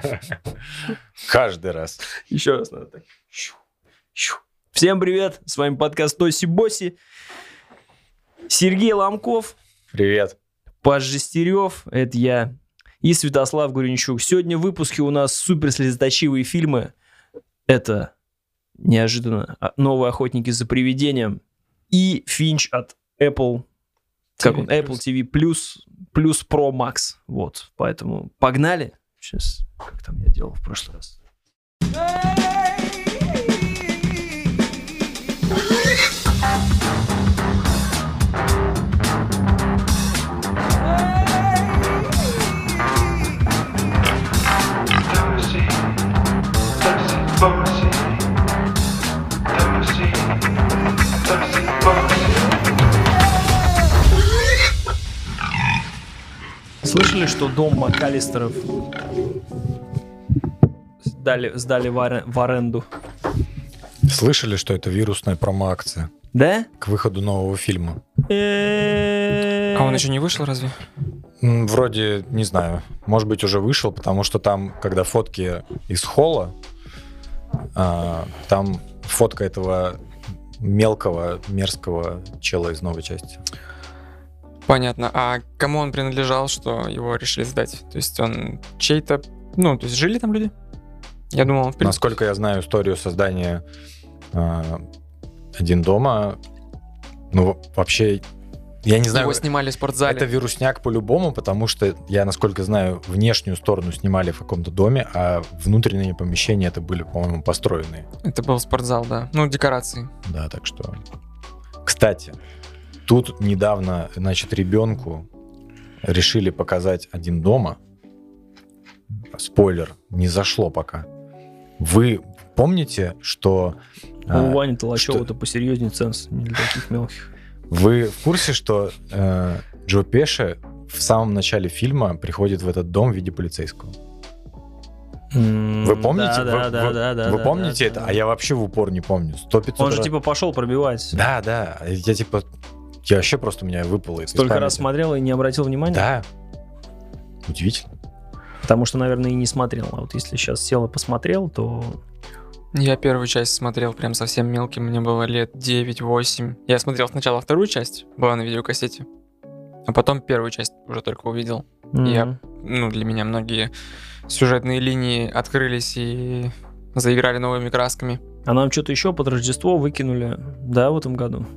Каждый раз. Еще раз надо так. Всем привет, с вами подкаст Тоси Боси. Сергей Ломков. Привет. Паш Жестерев, это я. И Святослав Гуренчук. Сегодня в выпуске у нас суперслезоточивые фильмы. Это неожиданно «Новые охотники за привидением» и «Финч» от Apple. Как он? Apple TV плюс Pro Max. Вот, поэтому погнали. Сейчас, как там я делал в прошлый раз. Слышали, что дом МакАлистеров сдали в аренду? Слышали, что это вирусная промо-акция? Да? К выходу нового фильма. А он еще не вышел, разве? Вроде, не знаю. Может быть, уже вышел, потому что там, когда фотки из холла, там фотка этого мелкого, мерзкого чела из новой части. Понятно. А кому он принадлежал, что его решили сдать? То есть он чей-то... Ну, то есть жили там люди? Я думал, он в принципе... Насколько я знаю историю создания «Один дома», ну, вообще, я не знаю... Его снимали в спортзале. Это вирусняк по-любому, потому что, я, насколько знаю, внешнюю сторону снимали в каком-то доме, а внутренние помещения это были, по-моему, построенные. Это был спортзал, да. Ну, декорации. Да, так что... Кстати, тут недавно, значит, ребенку решили показать «Один дома». Спойлер, не зашло пока. Вы помните, что... У Вани Толачева-то посерьезнее ценз, не для таких мелких. Вы в курсе, что Джо Пеши в самом начале фильма приходит в этот дом в виде полицейского? Вы помните? Да. Вы помните это? А я вообще в упор не помню. 100-500 Он же раз. типа пошел пробивать. Да. Я вообще просто у меня выпало это. Столько раз смотрел и не обратил внимания? Да. Удивительно. Потому что, наверное, и не смотрел. А вот если сейчас сел и посмотрел, то... Я первую часть смотрел прям совсем мелким. Мне было лет 9-8. Я смотрел сначала вторую часть, была на видеокассете. А потом первую часть уже только увидел. Для меня многие сюжетные линии открылись и заиграли новыми красками. А нам что-то еще под Рождество выкинули, да, в этом году?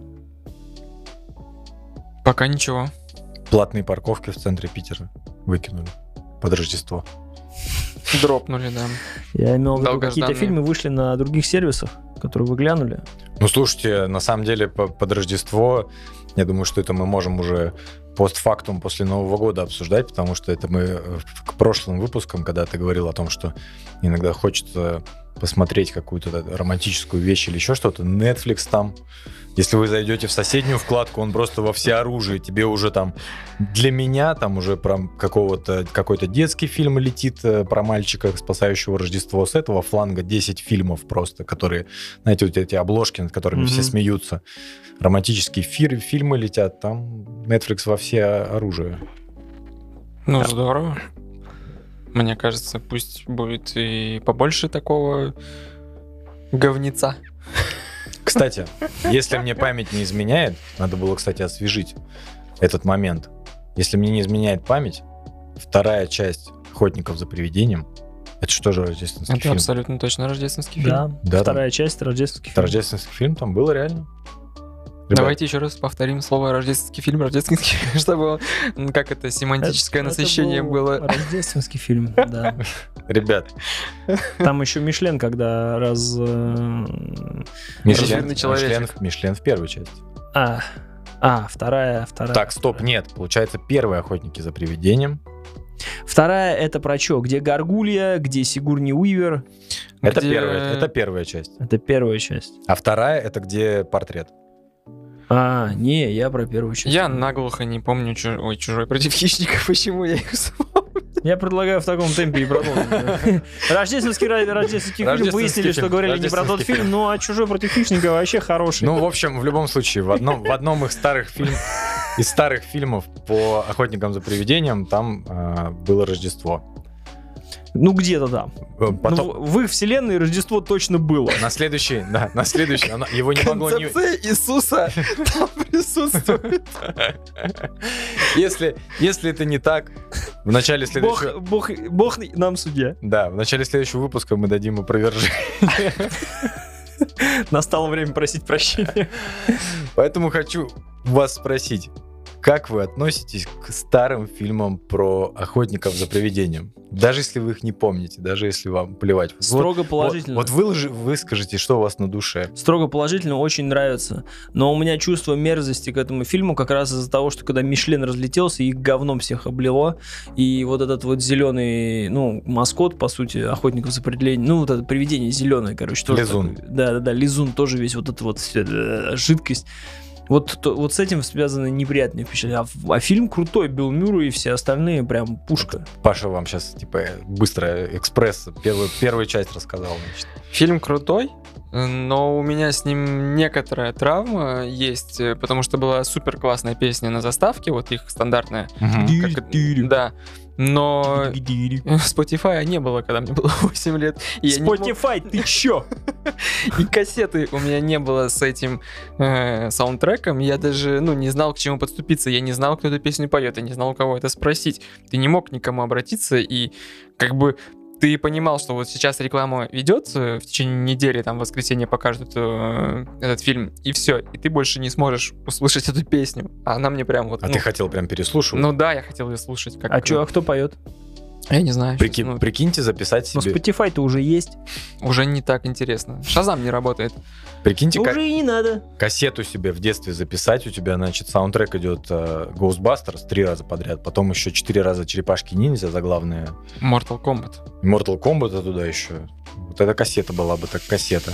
Пока ничего. Платные парковки в центре Питера выкинули под Рождество. Дропнули, да. Я имел в виду, какие-то фильмы вышли на других сервисах, которые вы глянули. Ну, слушайте, на самом деле под Рождество, я думаю, что это мы можем уже постфактум после Нового года обсуждать, потому что это мы к прошлым выпускам, когда ты говорил о том, что иногда хочется посмотреть какую-то романтическую вещь или еще что-то, Netflix там, если вы зайдете в соседнюю вкладку, он просто во всеоружии, тебе уже там, для меня там уже про какой-то детский фильм летит про мальчика, спасающего Рождество, с этого фланга 10 фильмов просто, которые, знаете, вот эти обложки, над которыми все смеются, романтические фильмы летят, там Netflix во все оружие. Ну, здорово. Мне кажется, пусть будет и побольше такого говнеца. Кстати, если мне память не изменяет, надо было, кстати, освежить этот момент. Если мне не изменяет память, вторая часть «Охотников за привидением» — это что же рождественский фильм? Это абсолютно точно рождественский фильм. Да, вторая часть — рождественский фильм. Рождественский фильм там было реально. Давайте еще раз повторим слово рождественский фильм, чтобы как это семантическое насыщение было. Рождественский фильм, да. Ребят. Там еще Мишлен, когда Мишлен в первой части. Вторая. Так, стоп, нет. Получается, первые «Охотники за привидением». Вторая — это про что? Где Гаргулья, где Сигурни Уивер? Это первая часть. Это первая часть. А вторая — это где портрет. Не, я про первую часть. Я наглухо не помню «Чужой против хищников». Почему я их вспомнил? Я предлагаю в таком темпе и продолжить. Рождественский фильм, выяснили, что говорили не про тот фильм, ну а «Чужой против хищника» вообще хороший. Ну, в общем, в любом случае, в одном из старых фильмов по «Охотникам за привидением» там было Рождество. Ну, где-то там. Потом... Ну, в их вселенной Рождество точно было. На следующий, его не могло не... Концепция Иисуса там присутствует. Если это не так, в начале следующего... Бог нам судья. Да, в начале следующего выпуска мы дадим опровержение. Настало время просить прощения. Поэтому хочу вас спросить, как вы относитесь к старым фильмам про охотников за привидением? Даже если вы их не помните, даже если вам плевать. Строго положительно. Вот выскажите, что у вас на душе. Строго положительно, очень нравится. Но у меня чувство мерзости к этому фильму как раз из-за того, что когда Мишлен разлетелся, их говном всех облило. И вот этот вот зеленый, ну, маскот, по сути, охотников за привидением, ну, вот это привидение зеленое, короче. Тоже Лизун. Такой, да, лизун тоже весь вот эта вот жидкость. Вот с этим связаны неприятные впечатления. А фильм крутой, Билл Мюррей и все остальные прям пушка. Паша вам сейчас, типа, быстро экспресс первую часть рассказал. Значит. Фильм крутой, но у меня с ним некоторая травма есть, потому что была супер классная песня на заставке, вот их стандартная. Да. Но Spotify не было, когда мне было 8 лет. Spotify, ты чё? И кассеты у меня не было с этим саундтреком. Я даже не знал, к чему подступиться. Я не знал, кто эту песню поет. Я не знал, у кого это спросить. Ты не мог никому обратиться. И как бы ты понимал, что вот сейчас реклама ведется, в течение недели, там, в воскресенье покажут этот фильм, и все. И ты больше не сможешь услышать эту песню. А она мне прям вот... ты хотел прям переслушивать? Ну да, я хотел ее слушать. А кто поет? Я не знаю. Прикиньте записать себе... Но Spotify-то уже есть. Уже не так интересно. Шазам не работает. Прикиньте, уже и не надо. Кассету себе в детстве записать. У тебя, значит, саундтрек идет Ghostbusters 3 раза подряд, потом еще 4 раза Черепашки-ниндзя заглавные. Mortal Kombat. Mortal Kombat туда еще. Вот эта кассета была бы, так кассета.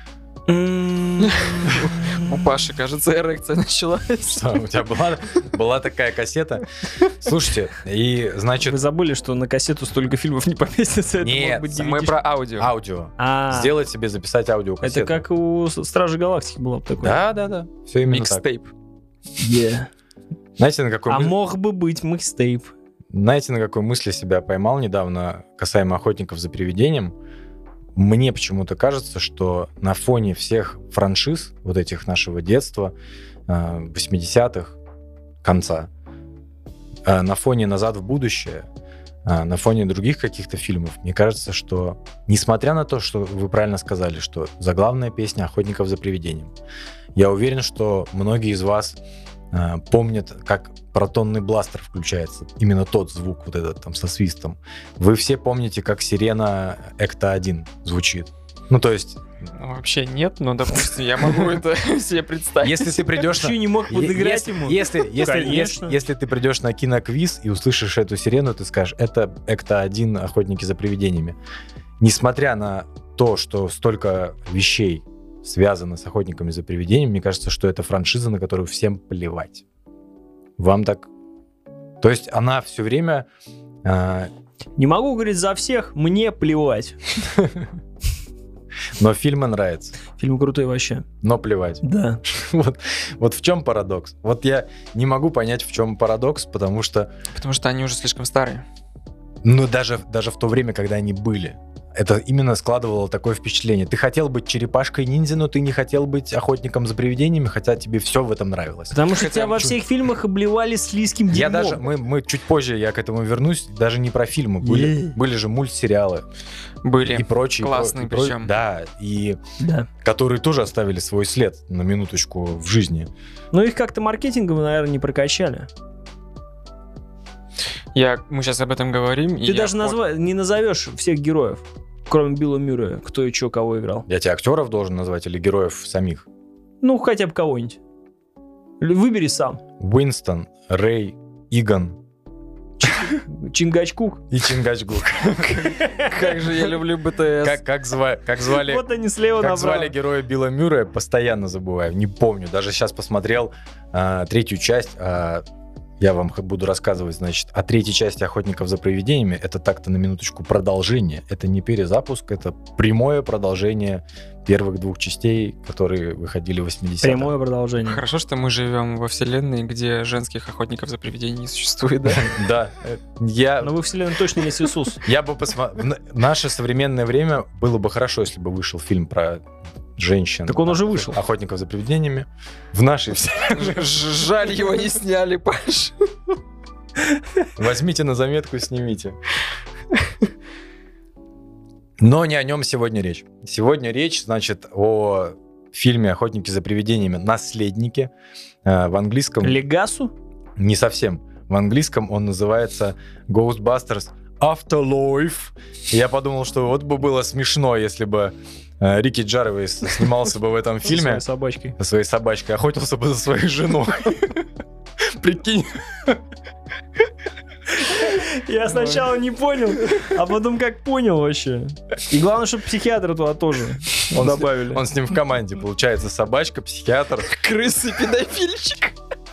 У Паши, кажется, эрекция началась. Что, у тебя была такая кассета? Слушайте, и значит... Вы забыли, что на кассету столько фильмов не поместится? Нет, мы про аудио. Аудио. Сделать себе, записать аудиокассету. Это как у Стражи Галактики было бы такое. Да. Все именно так. Микстейп. Знаете, на какой мог бы быть микстейп. Знаете, на какой мысли себя поймал недавно касаемо охотников за привидением? Мне почему-то кажется, что на фоне всех франшиз, вот этих нашего детства, 80-х, конца, на фоне «Назад в будущее», на фоне других каких-то фильмов, мне кажется, что, несмотря на то, что вы правильно сказали, что заглавная песня «Охотников за привидением», я уверен, что многие из вас помнят, как протонный бластер включается. Именно тот звук, вот этот там со свистом. Вы все помните, как сирена Экта-1 звучит. Ну, то есть... Вообще нет, но, допустим, я могу это себе представить. Если ты придешь на... не мог подыграть ему? Если ты придешь на киноквиз и услышишь эту сирену, ты скажешь, это Экта-1 «Охотники за привидениями». Несмотря на то, что столько вещей связано с охотниками за привидениями, мне кажется, что это франшиза, на которую всем плевать. Вам так... То есть она все время... Не могу говорить за всех, мне плевать. Но фильмы нравятся. Фильм крутой вообще. Но плевать. Да. Вот в чем парадокс? Вот я не могу понять, в чем парадокс, потому что... Потому что они уже слишком старые. Ну, даже в то время, когда они были. Это именно складывало такое впечатление. Ты хотел быть черепашкой-ниндзя, но ты не хотел быть охотником за привидениями, хотя тебе все в этом нравилось. Потому что тебя во всех фильмах обливали слизким дерьмом. Мы чуть позже, я к этому вернусь, даже не про фильмы. Были же мультсериалы. Были. И прочие. Классные причем. Да, которые тоже оставили свой след, на минуточку, в жизни. Но их как-то маркетингово, наверное, не прокачали. Мы сейчас об этом говорим. Ты даже не назовешь всех героев, кроме Билла Мюррея, кто и что, кого играл. Я тебе актеров должен назвать или героев самих? Ну, хотя бы кого-нибудь. Выбери сам. Уинстон, Рэй, Иган. Чингачгук. И Чингачгук. Как же я люблю БТС. Как звали... Вот они слева направо. Как звали героя Билла Мюррея, постоянно забываю. Не помню. Даже сейчас посмотрел третью часть. я вам буду рассказывать, значит, о третьей части «Охотников за привидениями». Это так-то на минуточку продолжение. Это не перезапуск, это прямое продолжение первых двух частей, которые выходили в 80-х. Прямое продолжение. Хорошо, что мы живем во вселенной, где женских охотников за привидениями не существует, да? Да. Но вы вселенной точно не с Иисус. Я бы посмотрел... Наше современное время было бы хорошо, если бы вышел фильм про женщин. Так он уже вышел. Охотников за привидениями. В нашей вселенной. Жаль, его не сняли, Паш. Возьмите на заметку, снимите. Но не о нем сегодня речь. Сегодня речь, значит, о фильме «Охотники за привидениями. Наследники». В английском... Легасу? Не совсем. В английском он называется Ghostbusters Afterlife. И я подумал, что вот бы было смешно, если бы Рики Джервейс снимался бы в этом фильме. Со своей собачкой. Охотился бы за своей женой. Прикинь. Я сначала не понял, а потом как понял вообще. И главное, чтобы психиатра туда тоже добавили. Он с ним в команде. Получается, собачка, психиатр. Крысы, педофильчик.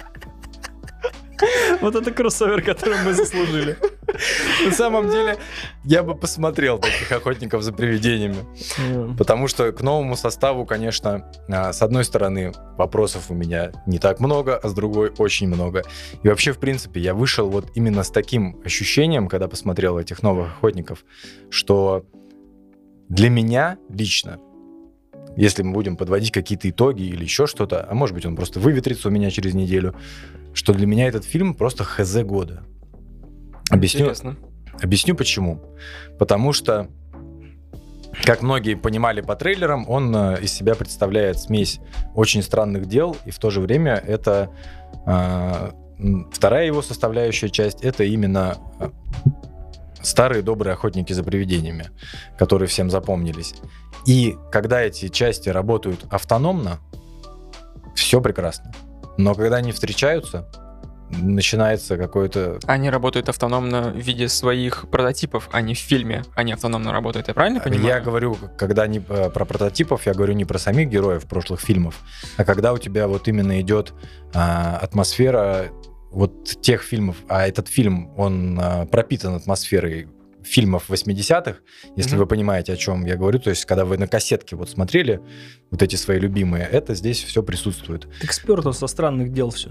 Вот это кроссовер, который мы заслужили. На самом деле, я бы посмотрел таких охотников за привидениями. Потому что к новому составу, конечно, с одной стороны, вопросов у меня не так много, а с другой очень много. И вообще, в принципе, я вышел вот именно с таким ощущением, когда посмотрел этих новых охотников, что для меня лично, если мы будем подводить какие-то итоги или еще что-то, а может быть, он просто выветрится у меня через неделю, что для меня этот фильм просто хз года. Объясню почему. Потому что, как многие понимали по трейлерам, он из себя представляет смесь очень странных дел, и в то же время это вторая его составляющая часть, это именно старые добрые охотники за привидениями, которые всем запомнились. И когда эти части работают автономно, все прекрасно. Но когда они встречаются, начинается какое-то... Они работают автономно в виде своих прототипов, а не в фильме. Они автономно работают, я правильно понимаю? Я говорю, когда не про прототипов, я говорю не про самих героев прошлых фильмов, а когда у тебя вот именно идет атмосфера вот тех фильмов, а этот фильм, он пропитан атмосферой фильмов 80-х, если вы понимаете, о чем я говорю. То есть, когда вы на кассетке вот смотрели вот эти свои любимые, это здесь все присутствует. Экспертов со странных дел все.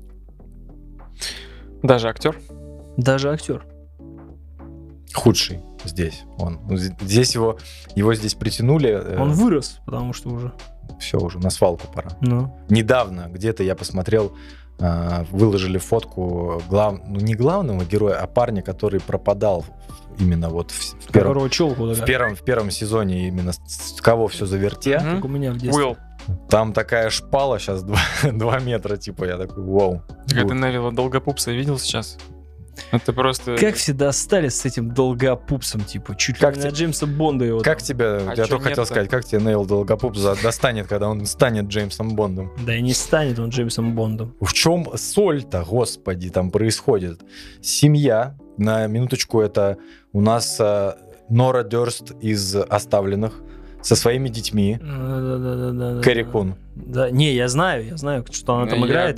Даже актер? Даже актер. Худший здесь он. Здесь его здесь притянули. Он вырос, потому что уже... Все, уже на свалку пора. Ну. Недавно где-то я посмотрел, выложили фотку не главного героя, а парня, который пропадал именно вот в первом сезоне, именно с кого все заверте. Как у меня в детстве. Уилл. Там такая шпала сейчас 2 метра, типа, я такой, вау. Как ты Невилла Долгопупса видел сейчас? Это просто... Как все достали с этим долгопупсом, типа, чуть ли не на Джеймса Бонда его. Как тебя, я только хотел сказать, как тебе Нейл Долгопупс достанет, когда он станет Джеймсом Бондом? Да и не станет он Джеймсом Бондом. В чем соль-то, господи, там происходит? Семья, на минуточку, это у нас Нора Дёрст из «Оставленных», со своими детьми. Да. Кэрри Кун. Да, не, я знаю, что она там играет.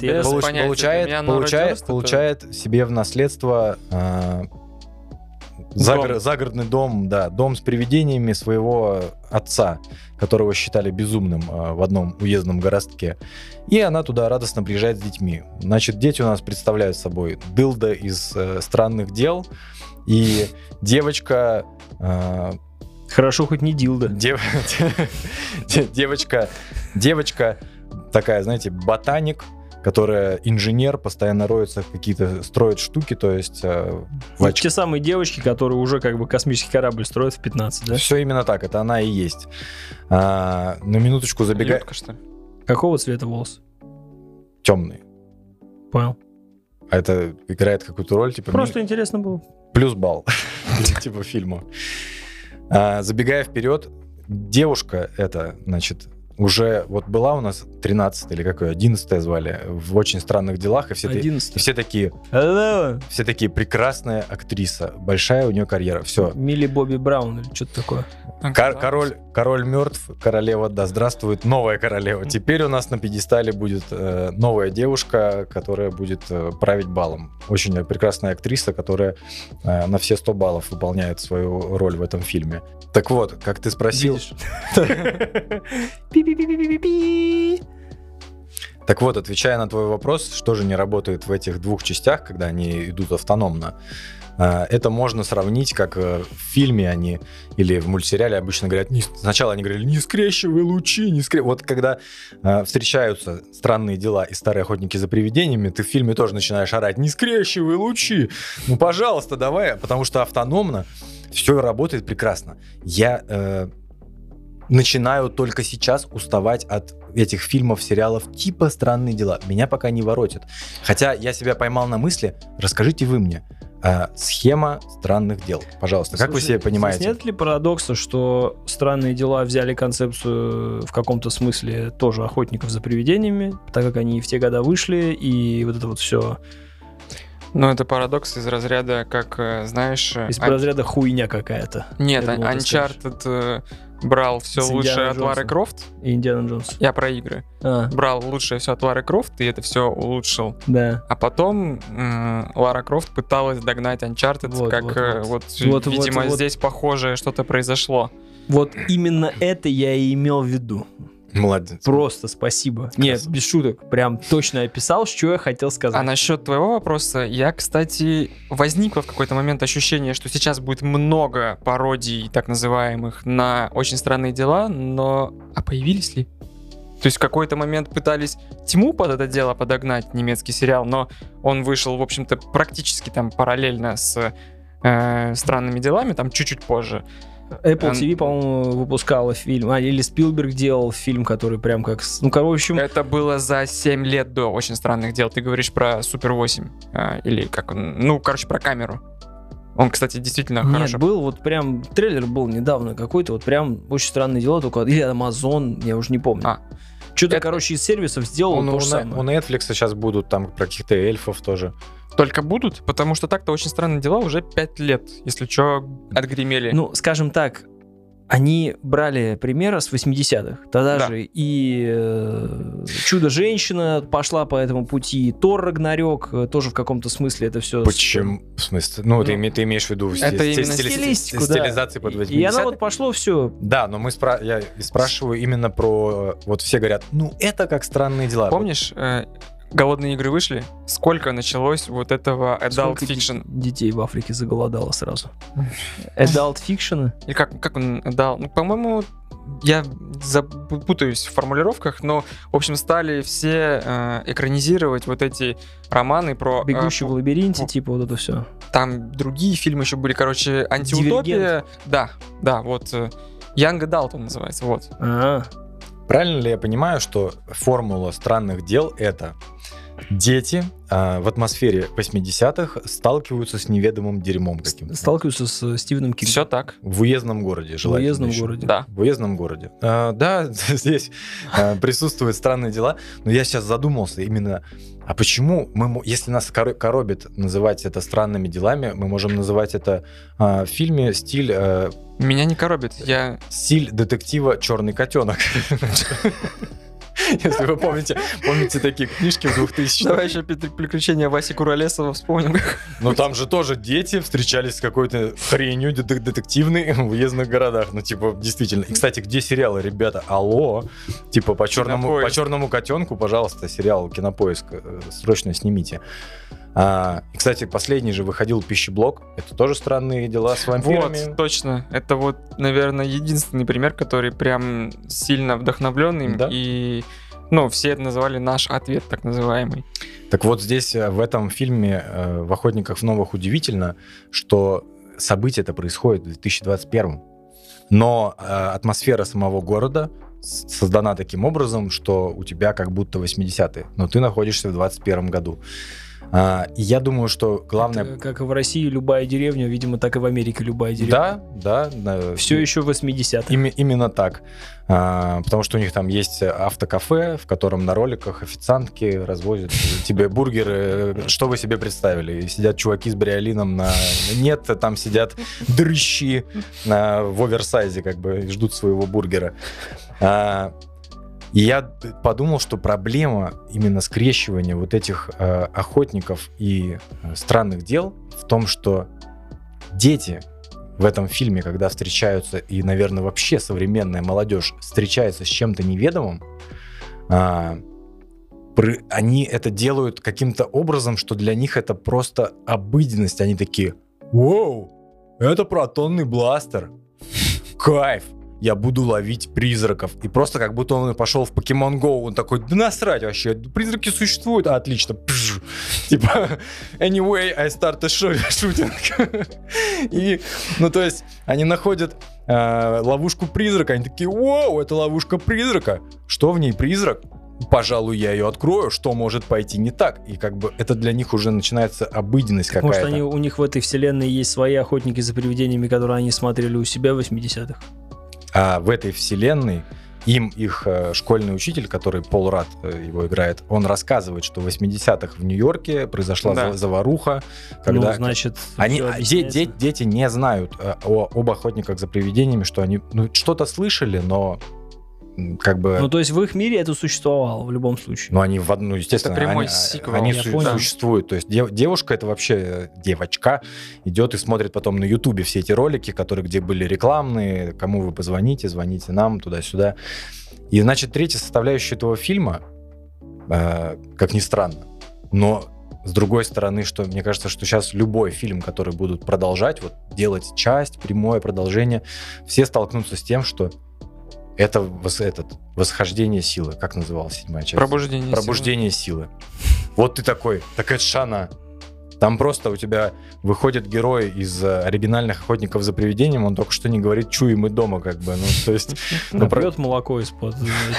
Получает себе в наследство загородный дом, да, дом с привидениями своего отца, которого считали безумным в одном уездном городке. И она туда радостно приезжает с детьми. Значит, дети у нас представляют собой дылда из странных дел, и девочка... Хорошо, хоть не дилда. Девочка такая, знаете, ботаник, которая инженер, постоянно роется, какие-то строит штуки, то есть... Те самые девочки, которые уже как бы космический корабль строят в 15, да? Все именно так, это она и есть. На минуточку забегая... Людка, что ли? Какого цвета волос? Темный. Понял. А это играет какую-то роль? Типа, просто интересно было. Плюс балл. Типа фильма. Забегая вперед, девушка эта, значит, уже вот была у нас 13 или какое, 11 звали, в «Очень странных делах», и все такие, Hello. все такие, прекрасная актриса, большая у нее карьера, все. Милли Бобби Браун или что-то такое. Король мертв, королева, да здравствует, новая королева. Теперь у нас на пьедестале будет новая девушка, которая будет править балом. Очень прекрасная актриса, которая на все 100 баллов выполняет свою роль в этом фильме. Так вот, как ты спросил... Так вот, отвечая на твой вопрос, что же не работает в этих двух частях, когда они идут автономно, это можно сравнить, как в фильме они или в мультсериале обычно говорят, сначала они говорили, не скрещивай лучи, Вот когда встречаются «Странные дела» и «Старые охотники за привидениями», ты в фильме тоже начинаешь орать, не скрещивай лучи, ну пожалуйста, давай, потому что автономно все работает прекрасно. Я начинаю только сейчас уставать от этих фильмов, сериалов типа «Странные дела». Меня пока не воротит. Хотя я себя поймал на мысли, расскажите вы мне, схема «Странных дел». Пожалуйста, как вы себе понимаете? Нет ли парадокса, что «Странные дела» взяли концепцию в каком-то смысле тоже охотников за привидениями, так как они в те года вышли, и вот это вот все... Ну, это парадокс из разряда, как, знаешь... Из разряда хуйня какая-то. Нет, Uncharted брал все лучшее от Лары Крофт. И Индиана Джонс. Я про игры. Брал лучшее все от Лары Крофт, и это все улучшил. Да. А потом Лара Крофт пыталась догнать Uncharted, видимо, здесь похожее что-то произошло. Вот именно это я и имел в виду. Молодец. Просто спасибо. Нет, без шуток. Прям точно описал, что я хотел сказать. А насчет твоего вопроса, я, кстати, возникло в какой-то момент ощущение, что сейчас будет много пародий, так называемых, на «Очень странные дела», но... А появились ли? То есть в какой-то момент пытались Тьму под это дело подогнать, немецкий сериал, но он вышел, в общем-то, практически там параллельно с «Странными делами», там чуть-чуть позже. Apple TV, по-моему, выпускала фильм, или Спилберг делал фильм, который прям как... Ну, короче... Это было за 7 лет до «Очень странных дел». Ты говоришь про Супер 8, или как он... Ну, короче, про камеру. Он, кстати, действительно хорошо... Нет, был вот прям... Трейлер был недавно какой-то, вот прям «Очень странные дела», только... Или Amazon, я уже не помню. Что-то, короче, из сервисов сделал то же самое. У Netflix сейчас будут там про каких-то эльфов тоже. Только будут, потому что так-то «Очень странные дела» уже 5 лет, если что, отгремели. Ну, скажем так, они брали пример с 80-х. Тогда же и «Чудо-женщина» пошла по этому пути, Тор Рагнарёк тоже в каком-то смысле это все... Почему? В смысле? Ну, ты имеешь в виду стилизации под 80-е. И оно вот пошло все. Да, но я спрашиваю именно про... Вот все говорят, ну, это как «Странные дела». Помнишь... «Голодные игры» вышли? Сколько началось вот этого adult fiction? Детей в Африке заголодало сразу. Adult fiction? Или как он adult? Ну, по-моему, я запутаюсь в формулировках, но, в общем, стали все экранизировать вот эти романы про... «Бегущий в лабиринте», типа вот это все. Там другие фильмы еще были, короче, «Антиутопия». Да, вот. Young Adult он называется, вот. Правильно ли я понимаю, что формула «Странных дел» — это дети в атмосфере 80-х сталкиваются с неведомым дерьмом каким-то? Сталкиваются с Стивеном Кингом. Все так. В уездном городе, желательно. В уездном городе. Да. В уездном городе. Да, здесь присутствуют странные дела, но я сейчас задумался именно, а почему если нас коробит называть это странными делами, мы можем называть это в фильме стиль... Меня не коробит, Стиль детектива «Черный котенок». Если вы помните такие книжки в 2000-х. Давай еще «Приключения Васи Куролесова» вспомним. Ну там же тоже дети встречались с какой-то хренью детективной в уездных городах. Ну типа действительно. И, кстати, где сериалы, ребята? Алло. Типа по черному котенку, пожалуйста, сериал «Кинопоиск». Срочно снимите. И, кстати, последний же выходил «Пищеблок». Это тоже «Странные дела» с вампирами. Вот, точно. Это вот, наверное, единственный пример, который прям сильно вдохновленный. Да? И, все это называли «Наш ответ», так называемый. Так вот здесь, в этом фильме «В охотниках в новых» удивительно, что событие-то происходит в 2021. Но атмосфера самого города создана таким образом, что у тебя как будто 80-е, но ты находишься в 21 году. И я думаю, что главное... Это как и в России любая деревня, видимо, так и в Америке любая деревня. Да. Все еще 80-х. Именно так. Потому что у них там есть автокафе, в котором на роликах официантки развозят тебе бургеры. Что вы себе представили? И сидят чуваки с бриолином на... Нет, там сидят дрыщи в оверсайзе, как бы, и ждут своего бургера. И я подумал, что проблема именно скрещивания вот этих охотников и странных дел в том, что дети в этом фильме, когда встречаются, и, наверное, вообще современная молодежь встречается с чем-то неведомым, они это делают каким-то образом, что для них это просто обыденность. Они такие: «Воу, это протонный бластер! Кайф! Я буду ловить призраков». И просто как будто он пошел в Pokemon Go, он такой: да насрать вообще, призраки существуют, отлично. Пш. Типа, anyway, I start a shooting. И, ну то есть, они находят ловушку призрака, они такие: вау, это ловушка призрака. Что в ней призрак? Пожалуй, я ее открою, что может пойти не так. И как бы это для них уже начинается обыденность какая-то. Может, у них в этой вселенной есть свои охотники за привидениями, которые они смотрели у себя в 80-х? А в этой вселенной им их школьный учитель, который Пол Радд его играет, он рассказывает, что в 80-х в Нью-Йорке произошла заваруха. Когда ну, значит, дети не знают об охотниках за привидениями, что они что-то слышали, но как бы... Ну, то есть в их мире это существовало в любом случае. Ну, они, естественно, это прямой сиквел. Они существуют. То есть девушка, это вообще девочка, идет и смотрит потом на Ютубе все эти ролики, где были рекламные, кому вы позвоните, звоните нам, туда-сюда. И, значит, третья составляющая этого фильма, как ни странно, но с другой стороны, что мне кажется, что сейчас любой фильм, который будут продолжать, вот делать часть, прямое продолжение, все столкнутся с тем, что это восхождение силы. Как называлась 7-я часть? Пробуждение силы. Вот ты такой, так это ж она. Там просто у тебя выходит герой из оригинальных «Охотников за привидением», он только что не говорит «чуем мы дома», как бы. Ну, то есть... Пьет молоко из-под...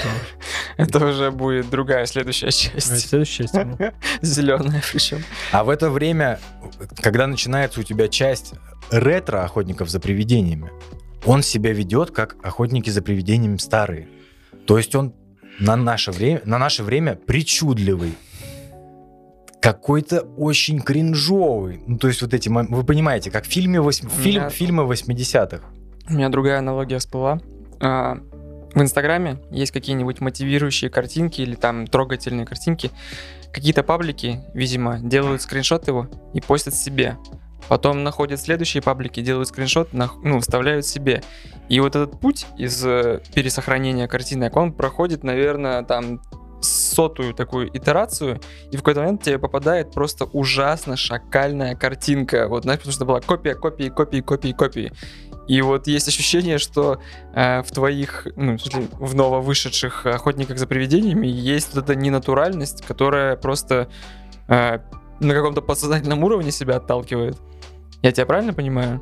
Это уже будет другая следующая часть. Следующая часть. Зеленая причем. А в это время, когда начинается у тебя часть ретро «Охотников за привидениями», он себя ведет как охотники за привидениями старые. То есть он на наше время причудливый. Какой-то очень кринжовый. Ну, то есть вот эти... Вы понимаете, как фильмы 80-х. У меня другая аналогия всплыла. В Инстаграме есть какие-нибудь мотивирующие картинки или там трогательные картинки. Какие-то паблики, видимо, делают скриншот его и постят себе. Потом находят следующие паблики, делают скриншот, вставляют себе. И вот этот путь из пересохранения картинок, он проходит, наверное, там 100-ю такую итерацию, и в какой-то момент тебе попадает просто ужасно шакальная картинка. Вот, знаешь, потому что была копии. И вот есть ощущение, что в твоих, в нововышедших «Охотниках за привидениями» есть вот эта ненатуральность, которая просто на каком-то подсознательном уровне себя отталкивает. Я тебя правильно понимаю?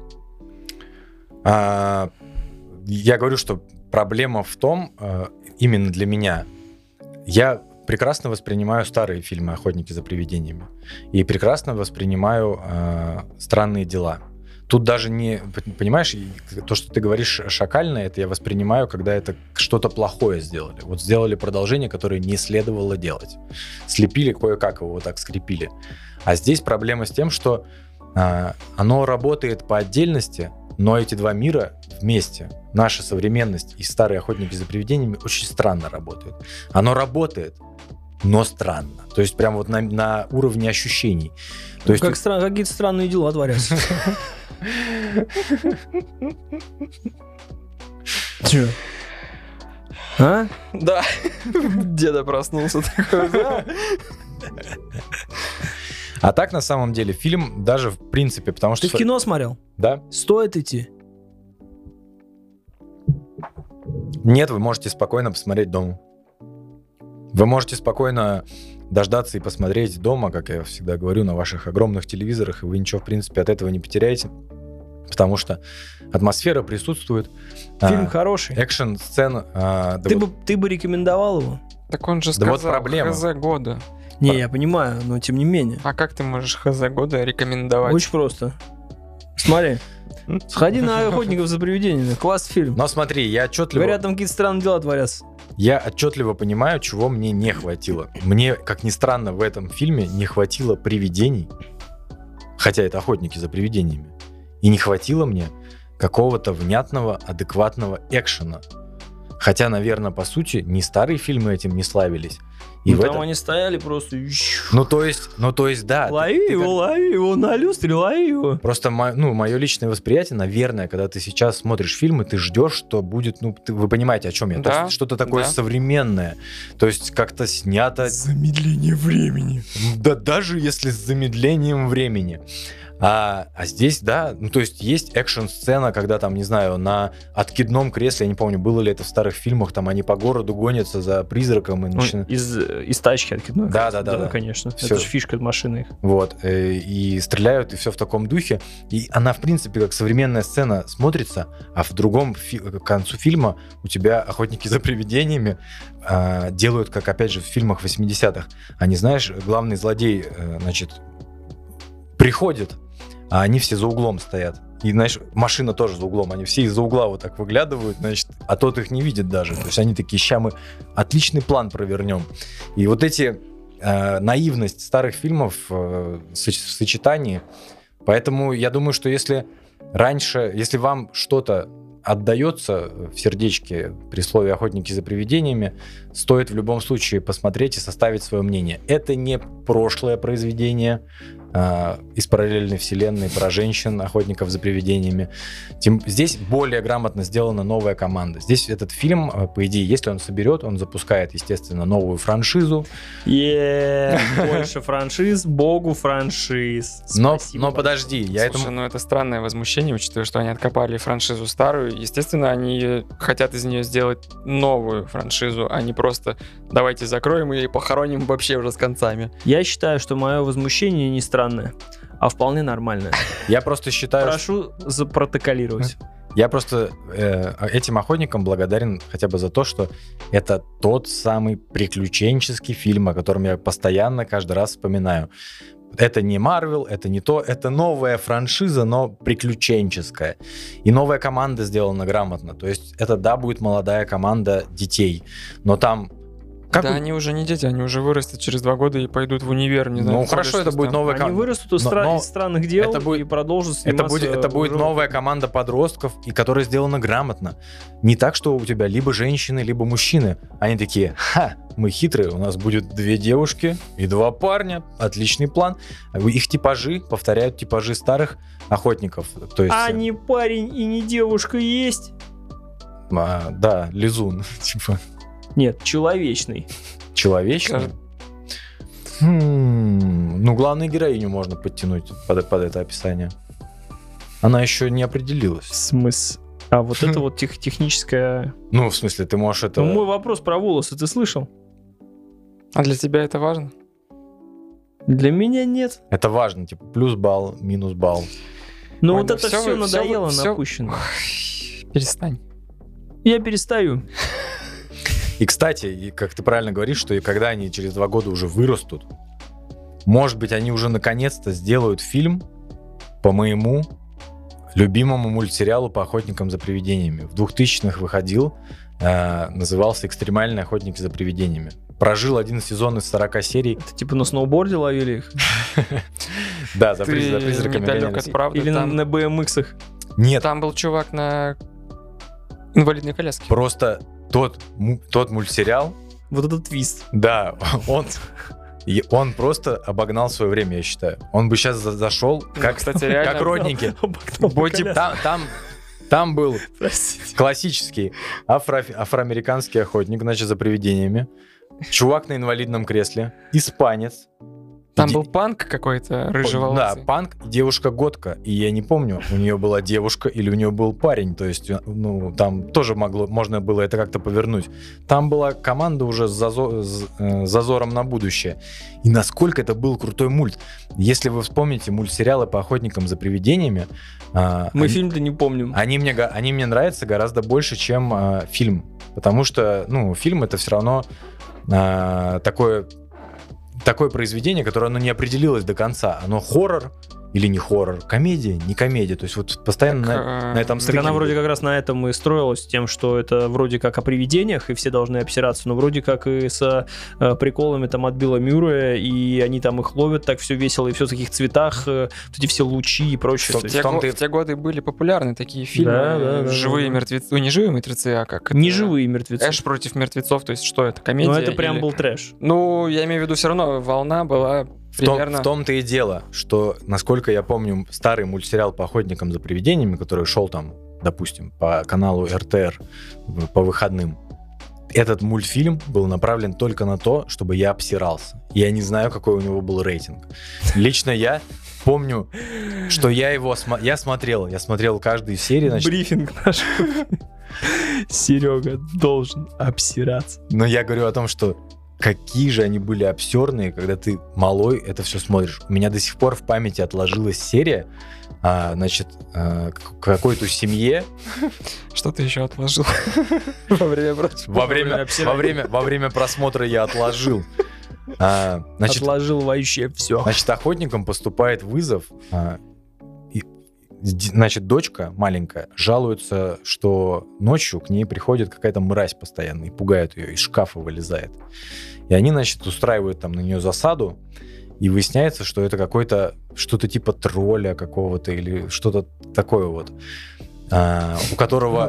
Я говорю, что проблема в том, именно для меня, я прекрасно воспринимаю старые фильмы «Охотники за привидениями» и прекрасно воспринимаю «Странные дела». Тут даже не... Понимаешь, то, что ты говоришь шакальное, это я воспринимаю, когда это что-то плохое сделали. Вот сделали продолжение, которое не следовало делать. Слепили кое-как его, вот так скрепили. А здесь проблема с тем, что оно работает по отдельности, но эти два мира вместе, наша современность и старые «Охотники за привидениями», очень странно работают. Оно работает, но странно. То есть прям вот на уровне ощущений. То есть... Какие-то странные дела творятся. Че? А? Да. Деда проснулся такой. А так, на самом деле, фильм даже в принципе, потому что... Ты в кино смотрел? Да. Стоит идти? Нет, вы можете спокойно посмотреть дома. Вы можете спокойно дождаться и посмотреть дома, как я всегда говорю, на ваших огромных телевизорах, и вы ничего, в принципе, от этого не потеряете, потому что атмосфера присутствует. Фильм хороший. Экшн-сцена. Ты бы рекомендовал его? Так он же сказал, вот проблема. ХЗ года. Не, я понимаю, но тем не менее. А как ты можешь хз года рекомендовать? Очень просто. Смотри. Сходи на «Охотников за привидениями». Класс фильм. Но смотри, я отчетливо... Говорят, там какие-то странные дела творятся. Я отчетливо понимаю, чего мне не хватило. Мне, как ни странно, в этом фильме не хватило привидений, хотя это «Охотники за привидениями». И не хватило мне какого-то внятного, адекватного экшена. Хотя, наверное, по сути, ни старые фильмы этим не славились. И там они стояли просто... Ну, то есть, да. Лови его на люстре, лови его. Просто мое личное восприятие, наверное, когда ты сейчас смотришь фильмы, ты ждешь, что будет, вы понимаете, о чем я. Да, То есть что-то такое современное. То есть как-то снято... Замедление времени. Да даже если с замедлением времени. А здесь, да, то есть есть экшн-сцена, когда там, не знаю, на откидном кресле, я не помню, было ли это в старых фильмах, там они по городу гонятся за призраком. И из тачки откидной. Да, конечно. Всё. Это же фишка машины их. Вот, и стреляют, и все в таком духе. И она, в принципе, как современная сцена смотрится, а в другом к концу фильма у тебя «Охотники за привидениями» делают, как, опять же, в фильмах 80-х. Они, знаешь, главный злодей, приходит, а они все за углом стоят. И, знаешь, машина тоже за углом. Они все из-за угла вот так выглядывают, а тот их не видит даже. То есть они такие, ща мы отличный план провернем. И вот эти наивность старых фильмов в сочетании. Поэтому я думаю, что если вам что-то отдается в сердечке при слове «Охотники за привидениями», стоит в любом случае посмотреть и составить свое мнение. Это не прошлое произведение из параллельной вселенной про женщин, охотников за привидениями. Здесь более грамотно сделана новая команда. Здесь этот фильм, по идее, если он соберет, он запускает, естественно, новую франшизу. Больше франшиз, богу франшиз. Но подожди, это странное возмущение, учитывая, что они откопали франшизу старую. Естественно, они хотят из нее сделать новую франшизу, а не просто давайте закроем ее и похороним вообще уже с концами. Я считаю, что мое возмущение не странное, а вполне нормальное. Я просто считаю... Прошу запротоколировать. Я просто этим охотникам благодарен хотя бы за то, что это тот самый приключенческий фильм, о котором я постоянно каждый раз вспоминаю. Это не Marvel, это не то, это новая франшиза, но приключенческая. И новая команда сделана грамотно. То есть это, да, будет молодая команда детей, но там... Они уже не дети, они уже вырастут через 2 года и пойдут в универ. Не знаю, хорошо, это будет новая команда. Они вырастут из странных дел и продолжат сниматься. Это будет новая команда подростков, и которая сделана грамотно. Не так, что у тебя либо женщины, либо мужчины. Они такие, мы хитрые, у нас будет 2 девушки и 2 парня. Отличный план. Их типажи повторяют типажи старых охотников. То есть... А не парень и не девушка есть? Да, лизун, типа... Нет, человечный. Человечный? Главную героиню можно подтянуть под это описание. Она еще не определилась. В смысле? А вот это вот техническая... В смысле, ты можешь это... мой вопрос про волосы ты слышал? А для тебя это важно? Для меня нет. Это важно, типа плюс балл, минус балл. Вот это все надоело, напущено. Перестань. Я перестаю. И, кстати, как ты правильно говоришь, что и когда они через 2 года уже вырастут, может быть, они уже наконец-то сделают фильм по моему любимому мультсериалу по охотникам за привидениями. В 2000-х выходил, назывался «Экстремальные охотники за привидениями». Прожил 1 сезон из 40 серий. Это типа на сноуборде ловили их? Да, за призраками. Или на BMX-ах? Нет. Там был чувак на инвалидной коляске. Просто тот мультсериал... Вот этот твист. Да, он просто обогнал свое время, я считаю. Он бы сейчас зашел, как, кстати, реально, как родники. Там был классический афроамериканский охотник, за привидениями. Чувак на инвалидном кресле. Испанец. Там был панк какой-то рыжеволосый. Да, панк, девушка-готка. И я не помню, у нее была девушка или у нее был парень. То есть, там тоже можно было это как-то повернуть. Там была команда уже с зазором на будущее. И насколько это был крутой мульт. Если вы вспомните мультсериалы по охотникам за привидениями... Мы фильм-то не помним. Они мне нравятся гораздо больше, чем фильм. Потому что, фильм это все равно такое... такое произведение, которое оно не определилось до конца. Оно хоррор или не хоррор, комедия, не комедия. То есть вот постоянно на этом Так стыке. она вроде как раз на этом и строилась, тем, что это вроде как о привидениях, и все должны обсираться, но вроде как и с приколами там от Билла Мюррея, и они там их ловят так все весело, и все в таких цветах, вот эти все лучи и прочее. Что- То есть- В те годы были популярны такие фильмы. Да. Живые мертвецы. Ну, не живые мертвецы, а как это? Неживые мертвецы. Эш против мертвецов. То есть что это, комедия? Но это прям или- был трэш. Ну, я имею в виду, все равно волна была примерно... В том-то и дело, что, насколько я помню, старый мультсериал по охотникам за привидениями, который шел там, допустим, по каналу РТР по выходным, этот мультфильм был направлен только на то, чтобы я обсирался. Я не знаю, какой у него был рейтинг. Лично я помню, что я смотрел каждую серию. Значит, Брифинг наш. Серега должен обсираться. но я говорю о том, что какие же они были обсерные, когда ты малой это все смотришь. У меня до сих пор в памяти отложилась серия, к какой-то семье Что ты еще отложил во время просмотра? во время просмотра я отложил. Отложил вообще все. Значит, охотникам поступает вызов. Значит, дочка маленькая жалуется, что ночью к ней приходит какая-то мразь постоянно и пугает ее, из шкафа вылезает. И они, значит, устраивают там на нее засаду, и выясняется, что это что-то типа тролля какого-то или что-то такое вот. У которого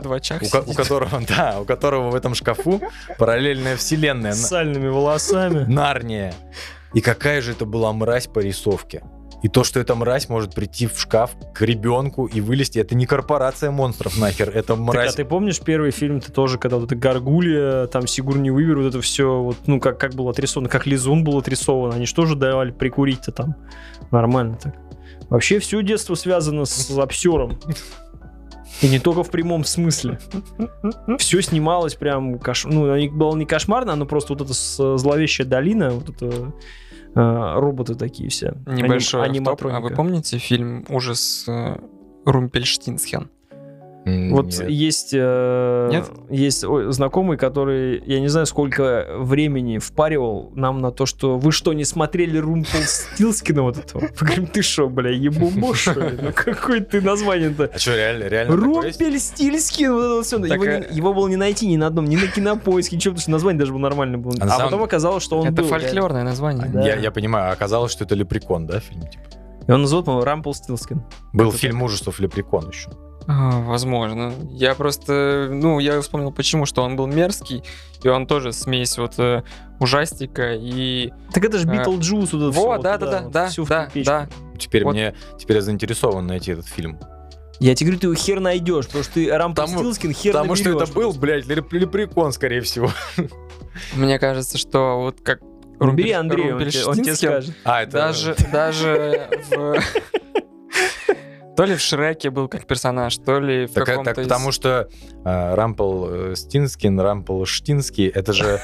в этом шкафу параллельная вселенная. С сальными волосами. Нарния. И какая же это была мразь по рисовке. И то, что эта мразь может прийти в шкаф к ребенку и вылезти, это не корпорация монстров нахер, это мразь. Так, а ты помнишь первый фильм-то тоже, когда вот эта Гаргулья, там Сигурни Уивер, вот это все, вот, ну, как было отрисовано, как Лизун был отрисован, они же тоже давали прикурить-то там нормально так. Вообще все детство связано с обсером. И не только в прямом смысле. Все снималось прям, ну, было не кошмарно, но просто вот эта зловещая долина, вот это... роботы такие все. Небольшой автоп. аниматроника. А вы помните фильм «Ужас Румпельштинскен»? Вот Нет. есть знакомый, который, я не знаю, сколько времени впаривал нам на то, что вы что, не смотрели Румпельштинскена вот этого? Мы говорим, ты шо, бля, ебумош, что ли? Ну какое ты название-то? А что, реально такое есть? Румпельштинскен, вот это вот все. Его было не найти ни на одном, ни на Кинопоиске, ничего, потому что название даже было нормальное было. А на самом- потом оказалось, что он Это был. фольклорное название. Да. Я понимаю, а оказалось, что это Лепрекон, да, фильм? Типа? И он называл, по-моему, Рампельштинскен. Был Это фильм ужасов Лепрекон еще. Возможно. Я просто... я вспомнил, почему, что он был мерзкий, и он тоже смесь вот ужастика и... Так это же Битлджус, вот это всё. Вот, да. Теперь Вот. я заинтересован найти этот фильм. Я тебе говорю, ты его хер найдешь, потому что ты Рампельштинскен хер Потому что наберешь это был, просто. блядь, Лепрекон, скорее всего. Мне кажется, что вот как... Набери Андрея, он тебе Румпельштинскен, скажет. Даже в... То ли в Шреке был как персонаж, то ли в каком-то из... Потому что Рампельштинский, это же...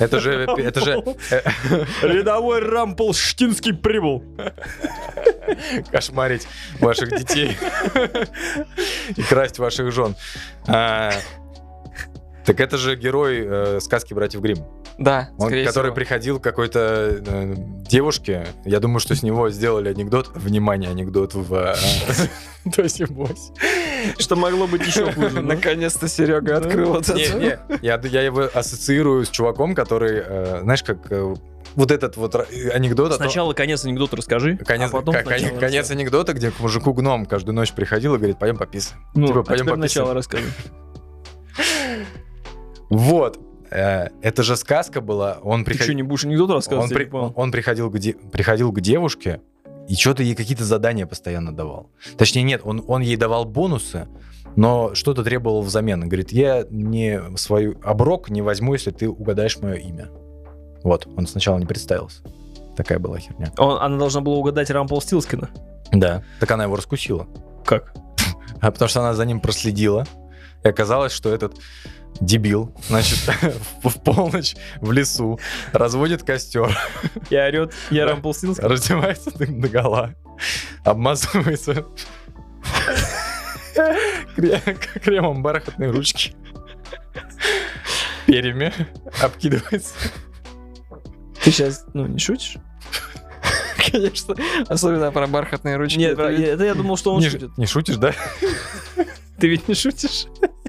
Рядовой Рампельштинский прибыл. кошмарить ваших детей и красть ваших жен. Так это же герой сказки «Братьев Гримм». Да, Он, скорее который всего. приходил к какой-то девушке. Я думаю, что с него сделали анекдот. Внимание, анекдот в Досе Бось. Что могло быть еще хуже. да? Наконец-то Серега открыл вот это. Не, я его ассоциирую с чуваком, который, знаешь, как вот этот вот анекдот. Сначала конец анекдота расскажи, Конец, а потом сначала конец расскажи. анекдота, где к мужику гном каждую ночь приходил и говорит, пойдем пописаем. Ну, Типа, а пойдем теперь пописаем. начало расскажи. Вот. Это же сказка была. Он Ты что, приходил... не будешь анекдот рассказывать? Я не понял. Он приходил к девушке и что-то ей какие-то задания постоянно давал. Точнее, нет, он ей давал бонусы, но что-то требовал взамен. Он говорит, я не свою оброк не возьму, если ты угадаешь мое имя. Вот, он сначала не представился. Такая была херня. Она должна была угадать Рампельштинскена. Да. Так она его раскусила. Как? А потому что она за ним проследила. И оказалось, что этот дебил, значит, в полночь в лесу разводит костер, И орет, я Да. Рампельштинский. раздевается догола, обмазывается кремом бархатной ручки, перьями, обкидывается. Ты сейчас, не шутишь? Конечно. Особенно про бархатные ручки. Нет, это я думал, что он шутит. Не шутишь, да? Ты ведь не шутишь?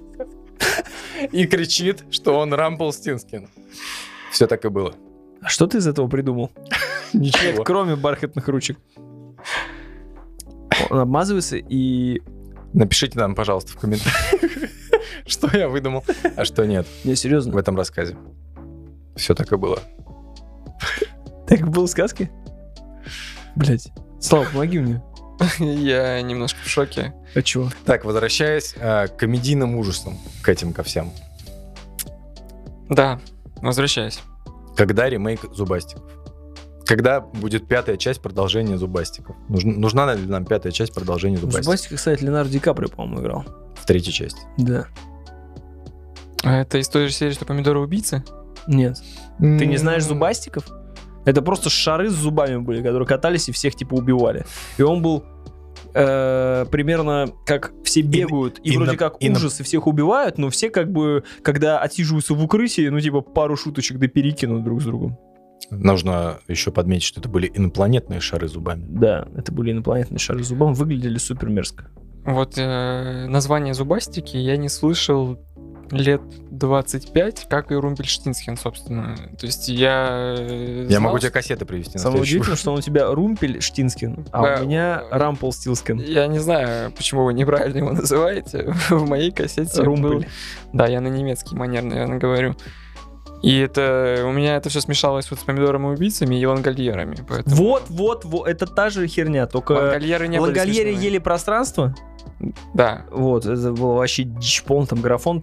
И кричит, что он Рампелстинскин. Все так и было. А что ты из этого придумал? Ничего. Нет, кроме бархатных ручек. Он обмазывается и... Напишите нам, пожалуйста, в комментариях, что я выдумал, а что нет Не, в серьезно. этом рассказе. Все так и было. Так было в сказке? Блять. Слава, помоги мне. Я немножко в шоке. А чего? Так, возвращаясь к комедийным ужасам, к этим, ко всем. Да, возвращаясь. Когда ремейк Зубастиков? Когда будет 5-я часть продолжения Зубастиков? Нужна ли нам 5-я часть продолжения В Зубастиков? Зубастика, кстати, Леонардо Ди Каприо, по-моему, играл. В 3-й части. Да. А это из той же серии, что «Помидоры убийцы»? Нет. Ты не знаешь Зубастиков? Это просто шары с зубами были, которые катались и всех типа убивали. И он был примерно как все бегают, и вроде как ужас, и всех убивают, но все как бы, когда отсиживаются в укрытии, ну типа пару шуточек да перекинут друг с другом. Нужно еще подметить, что это были инопланетные шары с зубами. Да, это были инопланетные шары с зубами, выглядели супер мерзко. Вот название «Зубастики» я не слышал лет 25, как и Румпельштинскин, собственно. То есть я могу тебе кассеты привезти на Самое следующий удивительное, что он у тебя Румпельштинскин, а Да. у меня Рампелстилскин. Я не знаю, почему вы неправильно его называете. В моей кассете был... Румпель. Да, я на немецкий манер, наверное, говорю. И это у меня это все смешалось вот с «Помидорами убийцами» и «Лангольерами». Поэтому... Вот, это та же херня, только Лангольеры не были Лангольеры смешными. ели пространство. Да. Вот, это было вообще дичь, полный там графон.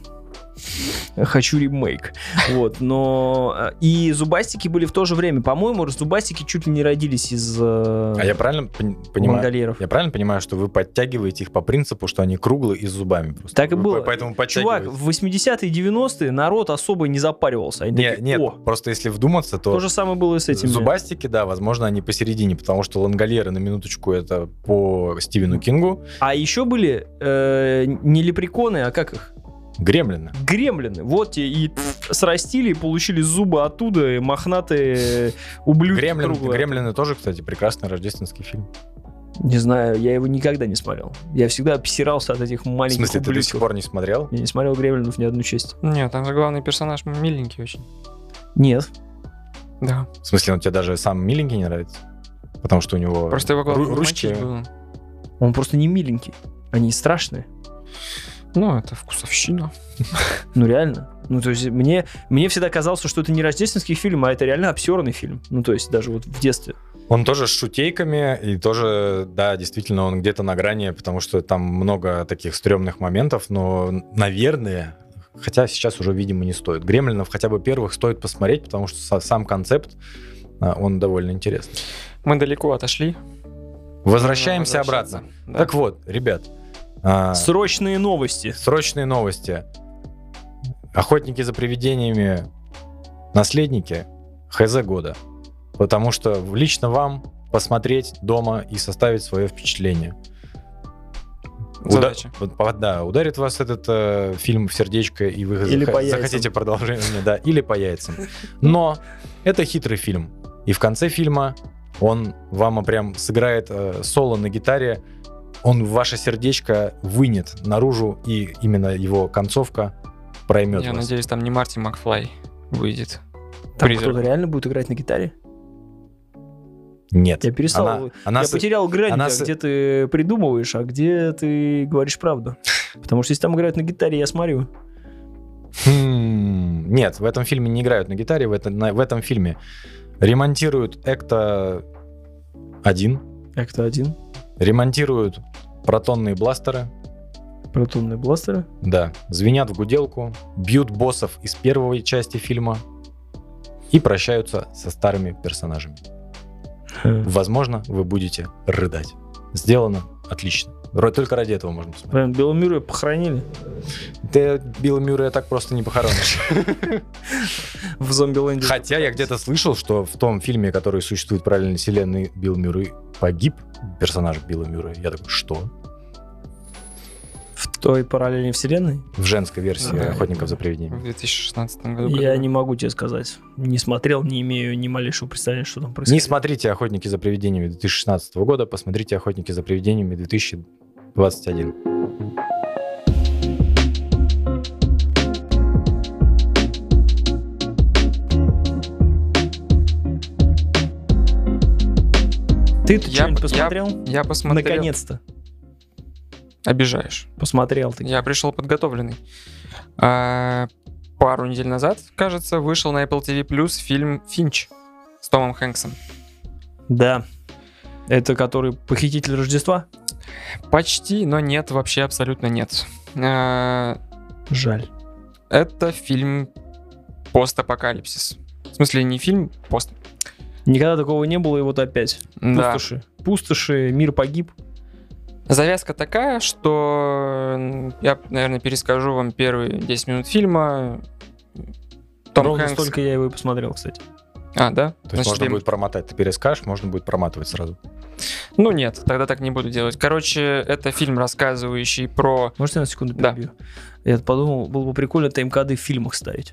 Хочу ремейк. Вот, но... И Зубастики были в то же время. По-моему, Зубастики чуть ли не родились из А я правильно понимаю? Лангольеров. Я правильно понимаю, что вы подтягиваете их по принципу, что они круглые и с зубами просто? Так и Вы было. Поэтому Чувак, подтягиваете. в 80-е и 90-е народ особо не запаривался. Они такие, Нет, «О». просто если вдуматься, то То же самое было и с этими. Зубастики, да, возможно, они посередине, потому что Лангольеры, на минуточку, это по Стивену Кингу. А еще были не лепреконы, а как их? Гремлины. Гремлины. Вот те и срастили, и получили зубы оттуда, и мохнатые ублюдки круглые. Гремлины тоже, кстати, прекрасный рождественский фильм. Не знаю, я его никогда не смотрел. Я всегда обсирался от этих В маленьких смысле, ты до сих ублюдков. пор не смотрел? Я не смотрел Гремлинов ни одну часть. Нет, там же главный персонаж миленький очень. Нет. Да. В смысле, он тебе даже сам миленький не нравится? Потому что у него Просто его главный ручки... был. Он просто не миленький. Они страшные. Ну, это вкусовщина. Ну, реально. Ну, то есть, мне всегда казалось, что это не рождественский фильм, а это реально обсерный фильм. Ну, то есть, даже вот в детстве. Он тоже с шутейками, и тоже, да, действительно, он где-то на грани, потому что там много таких стрёмных моментов, но, наверное, хотя сейчас уже, видимо, не стоит. Гремлинов хотя бы первых стоит посмотреть, потому что сам концепт, он довольно интересный. Мы далеко отошли. Возвращаемся Нужно обратно. возвращаться. Да. Так вот, ребят, Срочные новости. срочные новости. Охотники за привидениями, наследники, ХЗ года. Потому что лично вам посмотреть дома и составить свое впечатление. Задача. Да, ударит вас этот фильм в сердечко, и вы Или по яйцам. захотите продолжение, да, или по яйцам. Но это хитрый фильм. И в конце фильма он вам прям сыграет соло на гитаре, он ваше сердечко вынет наружу, и именно его концовка проймет Я вас. надеюсь, там не Марти Макфлай выйдет. Там Призрак. кто-то реально будет играть на гитаре? Нет. Я перестал. Она Я потерял грань, она где ты придумываешь, а где ты говоришь правду. Потому что если там играют на гитаре, я смотрю. Нет, в этом фильме не играют на гитаре, в этом фильме ремонтируют Экта-1, Экта-1, ремонтируют протонные бластеры, протонные бластеры. да, звенят в гуделку, бьют боссов из первой части фильма и прощаются со старыми персонажами. Возможно, вы будете рыдать. Сделано отлично. Только ради этого можно посмотреть. Прям Билла Мюррея похоронили Ты Билла Мюррея так просто не похоронишь. в Зомбиленде. Хотя я где-то слышал, что в том фильме, который существует в параллельной вселенной, Билл Мюррей погиб, персонаж Билла Мюррея. Я такой, что? Той параллельной вселенной? В женской версии Да. «Охотников за привидениями». В 2016 году. Я который- не могу тебе сказать. Не смотрел, не имею ни малейшего представления, что там Не происходит. смотрите «Охотники за привидениями» 2016 года, посмотрите «Охотники за привидениями» 2021. Ты-то Я- что-нибудь посмотрел? Я посмотрел. Наконец-то. Обижаешь. Посмотрел ты. Я пришел подготовленный. Пару недель назад, кажется, вышел на Apple TV Plus фильм «Финч» с Томом Хэнксом. Да. Это который «Похититель Рождества»? Почти, но нет, вообще абсолютно нет. Жаль. Это фильм постапокалипсис. В смысле, не фильм, пост. Никогда такого не было, и вот опять. Да. Пустоши. Пустоши, мир погиб. Завязка такая, что я, наверное, перескажу вам первые 10 минут фильма. Том Ровно Хэнкс... столько я его и посмотрел, кстати. А, да? То есть Значит, можно я- будет промотать. Ты перескажешь, можно будет проматывать сразу. Ну нет, тогда так не буду делать. Короче, это фильм, рассказывающий про... Может, я на секунду Да. перебью? Я подумал, было бы прикольно тайм-коды в фильмах ставить.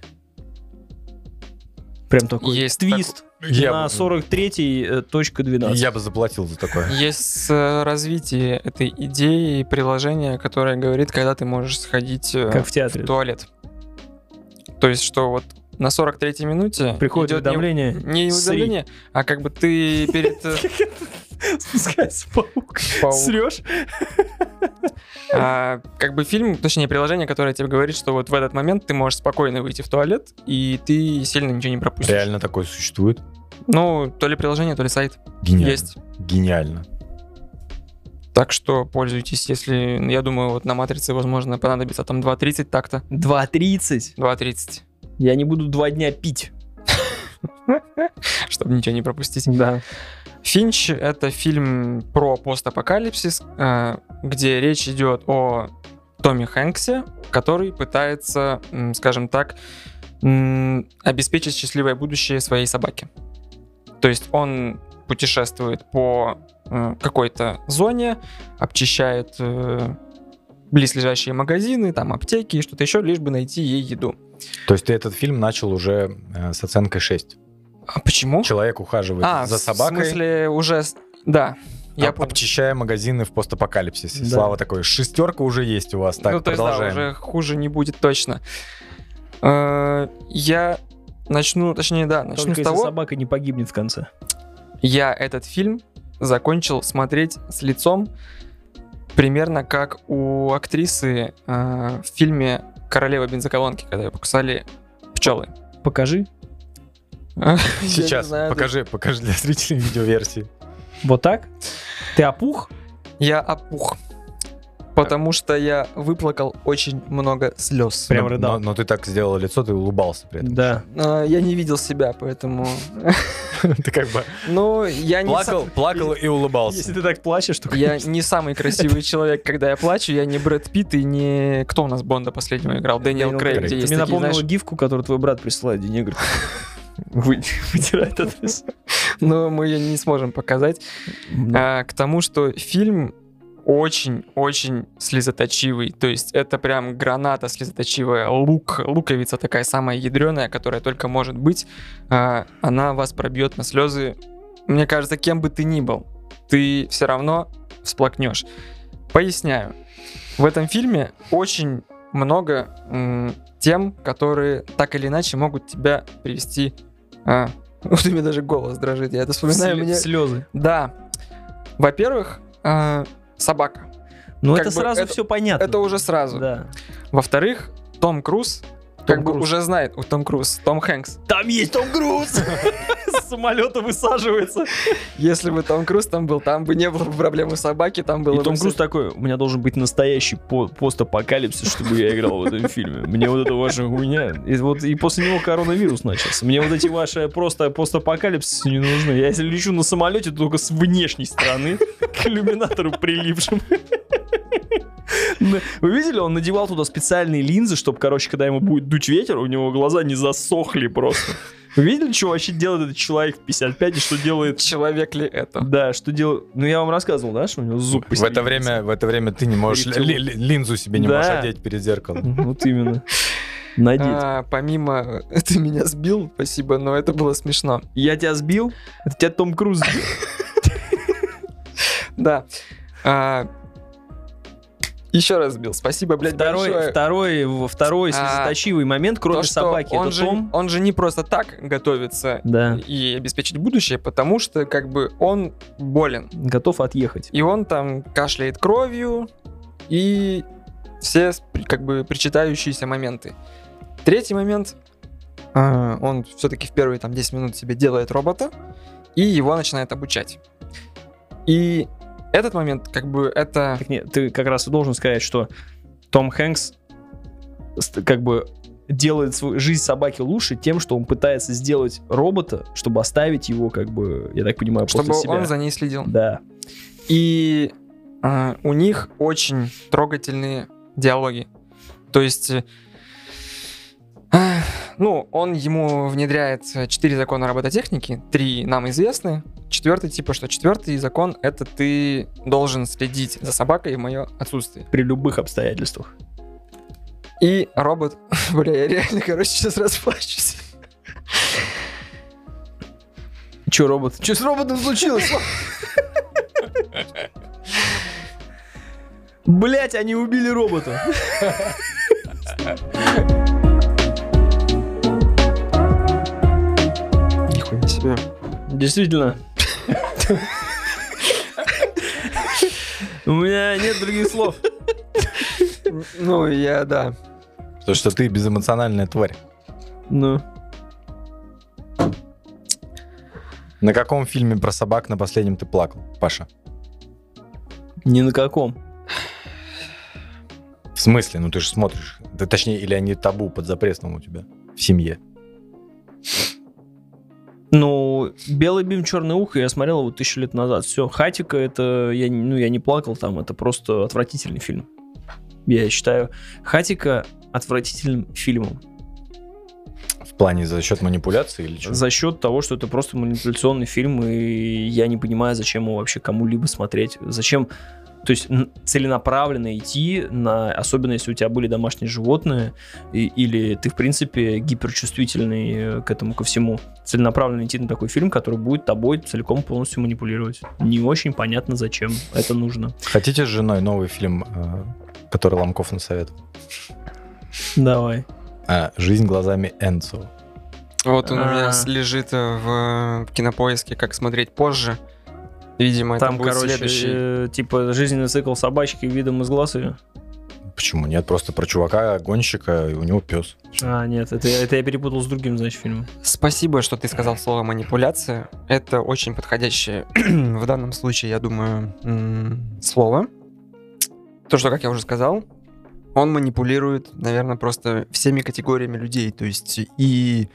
Прям такой Есть твист на 43.12. Я бы заплатил за такое. Есть развитие этой идеи и приложения, которое говорит, когда ты можешь сходить Как в театре. в туалет. То есть, что вот на 43-й минуте Приходит идет уведомление. не «Сри». уведомление, а как бы ты перед... Спускается паук. паук. Срешь? Как бы фильм, точнее приложение, которое тебе говорит, что вот в этот момент ты можешь спокойно выйти в туалет, и ты сильно ничего не пропустишь. Реально такое существует? Ну, то ли приложение, то ли сайт. Гениально. Есть. Гениально. Так что пользуйтесь, если, я думаю, вот на Матрице, возможно, понадобится там 2.30 так-то. 2.30. 2.30, Я не буду 2 дня пить. чтобы ничего не пропустить. Да. «Финч» — это фильм про постапокалипсис, где речь идет о Томе Хэнксе, который пытается, скажем так, обеспечить счастливое будущее своей собаке. То есть он путешествует по какой-то зоне, обчищает близлежащие магазины, там аптеки и что-то еще, лишь бы найти ей еду. То есть ты этот фильм начал уже с оценкой 6. А почему? Человек ухаживает за В собакой, смысле, уже... Да, я понял. обчищая магазины в постапокалипсисе. Да. Слава такой, 6 уже есть у вас. Так, Ну, то есть, да, продолжаем. уже хуже не будет точно. Я начну, точнее, да, начну Только с если того, собака не погибнет в конце. я этот фильм закончил смотреть с лицом примерно как у актрисы в фильме «Королева бензоколонки», когда ее покусали пчелы. Покажи. Сейчас, покажи для зрителей видеоверсии. Вот так? Ты опух? Я опух. Потому что я выплакал очень много слез. Прям рыдал. Но ты так сделал лицо, ты улыбался при этом. Да. Я не видел себя, поэтому... Ты как бы Ну, я не... плакал и улыбался. Если ты так плачешь, то... Я не самый красивый человек, когда я плачу. Я не Брэд Питт и не... Кто у нас Бонда последнего играл? Дэниел Крейг. Где Ты есть мне такие, напомнила знаешь, гифку, которую твой брат присылает, где негр вытирает от лица. но мы ее не сможем показать. К тому, что фильм очень-очень слезоточивый. То есть это прям граната слезоточивая. Луковица такая самая ядреная, которая только может быть. Она вас пробьет на слезы. Мне кажется, кем бы ты ни был, ты все равно всплакнешь. Поясняю. В этом фильме очень много тем, которые так или иначе могут тебя привести... Вот у меня даже голос дрожит, я это вспоминаю. Мне... Слезы. Да. Во-первых, собака. Ну Как это бы сразу это- все понятно. Это уже сразу. Да. Во-вторых, Том Круз как бы Круз. уже знает, Том Хэнкс. Там есть Том Круз! С самолета высаживается. Если бы Том Круз там был, там бы не было бы проблемы собаки, там было И бы Том всё- Круз такой: у меня должен быть настоящий постапокалипсис, чтобы я играл в этом фильме. Мне вот это ваша хуйня. И после него коронавирус начался. Мне вот эти ваши просто постапокалипсисы не нужны. Я если лечу на самолете, то только с внешней стороны, к иллюминатору прилипшим. Вы видели, он надевал туда специальные линзы, чтобы, короче, когда ему будет дуть ветер, у него глаза не засохли просто. Вы видели, что вообще делает этот человек в 55 и что делает? Человек ли это? Да, что делает... Ну, я вам рассказывал, да, что у него зуб В это время ты не можешь линзу себе не можешь одеть перед зеркалом. Вот именно. Надеть. Помимо... Ты меня сбил, спасибо, но это было смешно. Я тебя сбил? Это тебя Том Круз сбил. Да. Еще раз сбил. Спасибо, блядь, большое. Второй слезоточивый момент, кроме то, что собаки, это Том. Он же не просто так готовится и обеспечить будущее, потому что как бы он болен. Готов отъехать. И он там кашляет кровью и все как бы причитающиеся моменты. Третий момент. Он все-таки в первые там 10 минут себе делает робота и его начинает обучать. И этот момент, как бы, это... Так нет, ты как раз должен сказать, что Том Хэнкс как бы делает свою жизнь собаки лучше тем, что он пытается сделать робота, чтобы оставить его, как бы, я так понимаю, чтобы после себя. Он за ней следил. Да. И у них очень трогательные диалоги. То есть... он ему внедряет 4 закона робототехники, 3 нам известны. Четвертый закон — это ты должен следить за собакой в мое отсутствие. При любых обстоятельствах. И робот... Бля, я реально, сейчас расплачусь. Че, робот? Че с роботом случилось? Блять, они убили робота. Нихуя себе. Действительно. У меня нет других слов. Да. Потому что ты безэмоциональная тварь. Ну. На каком фильме про собак на последнем ты плакал, Паша? Ни на каком. В смысле? Ну ты же смотришь. Да, точнее, или они табу под запретом у тебя в семье? Ну, «Белый бим, черное ухо» я смотрел его 1000 лет назад. Все, «Хатико» это... Я не плакал там, это просто отвратительный фильм. Я считаю «Хатико» отвратительным фильмом. В плане за счет манипуляции или что? За счет того, что это просто манипуляционный фильм, и я не понимаю, зачем его вообще кому-либо смотреть. Зачем... То есть целенаправленно идти, особенно если у тебя были домашние животные, или ты, в принципе, гиперчувствительный к этому, ко всему. Целенаправленно идти на такой фильм, который будет тобой целиком полностью манипулировать. Не очень понятно, зачем это нужно. Хотите с женой новый фильм, который Ломков насоветовал? Давай. «Жизнь глазами Энцо». Вот он у меня лежит в Кинопоиске, как смотреть позже. Видимо, там, это будет следующий. Типа жизненный цикл собачки видом из глаз ее. Почему нет? Просто про чувака, гонщика, и у него пес. Нет, это я перепутал с другим, значит, фильмом. Спасибо, что ты сказал слово «манипуляция». Это очень подходящее в данном случае, я думаю, слово. То, что, как я уже сказал, он манипулирует, наверное, просто всеми категориями людей. То есть и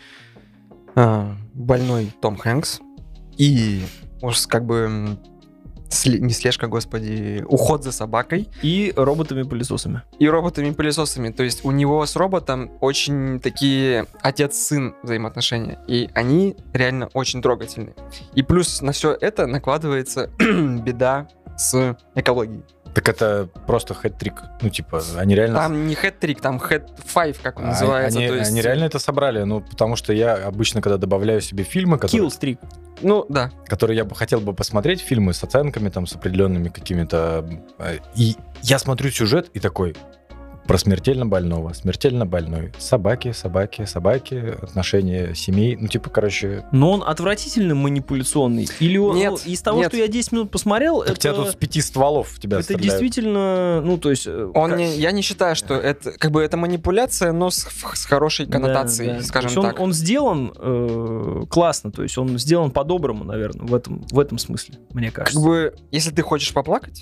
больной Том Хэнкс, и как бы не слежка, господи, уход за собакой. И роботами-пылесосами. То есть у него с роботом очень такие отец-сын взаимоотношения. И они реально очень трогательные. И плюс на все это накладывается беда с экологией. Так это просто хэт-трик. Ну, типа, они реально... Там не хэт-трик, там хэт-5, как он называется. Они реально это собрали, потому что я обычно, когда добавляю себе фильмы, Киллстрик. Да. Которые я бы хотел посмотреть, фильмы с оценками, там, с определенными какими-то... И я смотрю сюжет и такой... Про смертельно больного, смертельно больной. Собаки, отношения семей. Но он отвратительно манипуляционный? Или он... Нет, из того, что я 10 минут посмотрел... Так тебя тут с 5 стволов в тебя стреляют. Действительно... Я не считаю, что это... Как бы это манипуляция, но с хорошей коннотацией, скажем так. Он сделан классно, то есть он сделан по-доброму, наверное, в этом смысле, мне кажется. Как бы, если ты хочешь поплакать...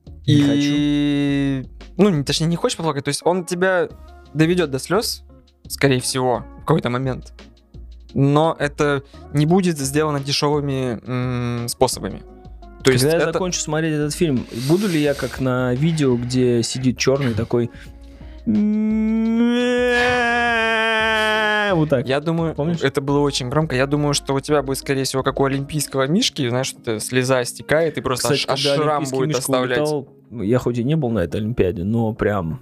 Не хочу. Точнее, не хочешь поплакать, то есть он тебя доведет до слез, скорее всего, в какой-то момент. Но это не будет сделано дешевыми способами. То есть Когда я закончу смотреть этот фильм, буду ли я как на видео, где сидит черный такой... Вот Вот так. Я думаю, Помнишь? это было очень громко. Я думаю, что у тебя будет, скорее всего, как у олимпийского мишки, знаешь, что слеза стекает, и просто Кстати, аж когда шрам Олимпийский будет Мишка оставлять. улетал, я хоть и не был на этой Олимпиаде, но прям...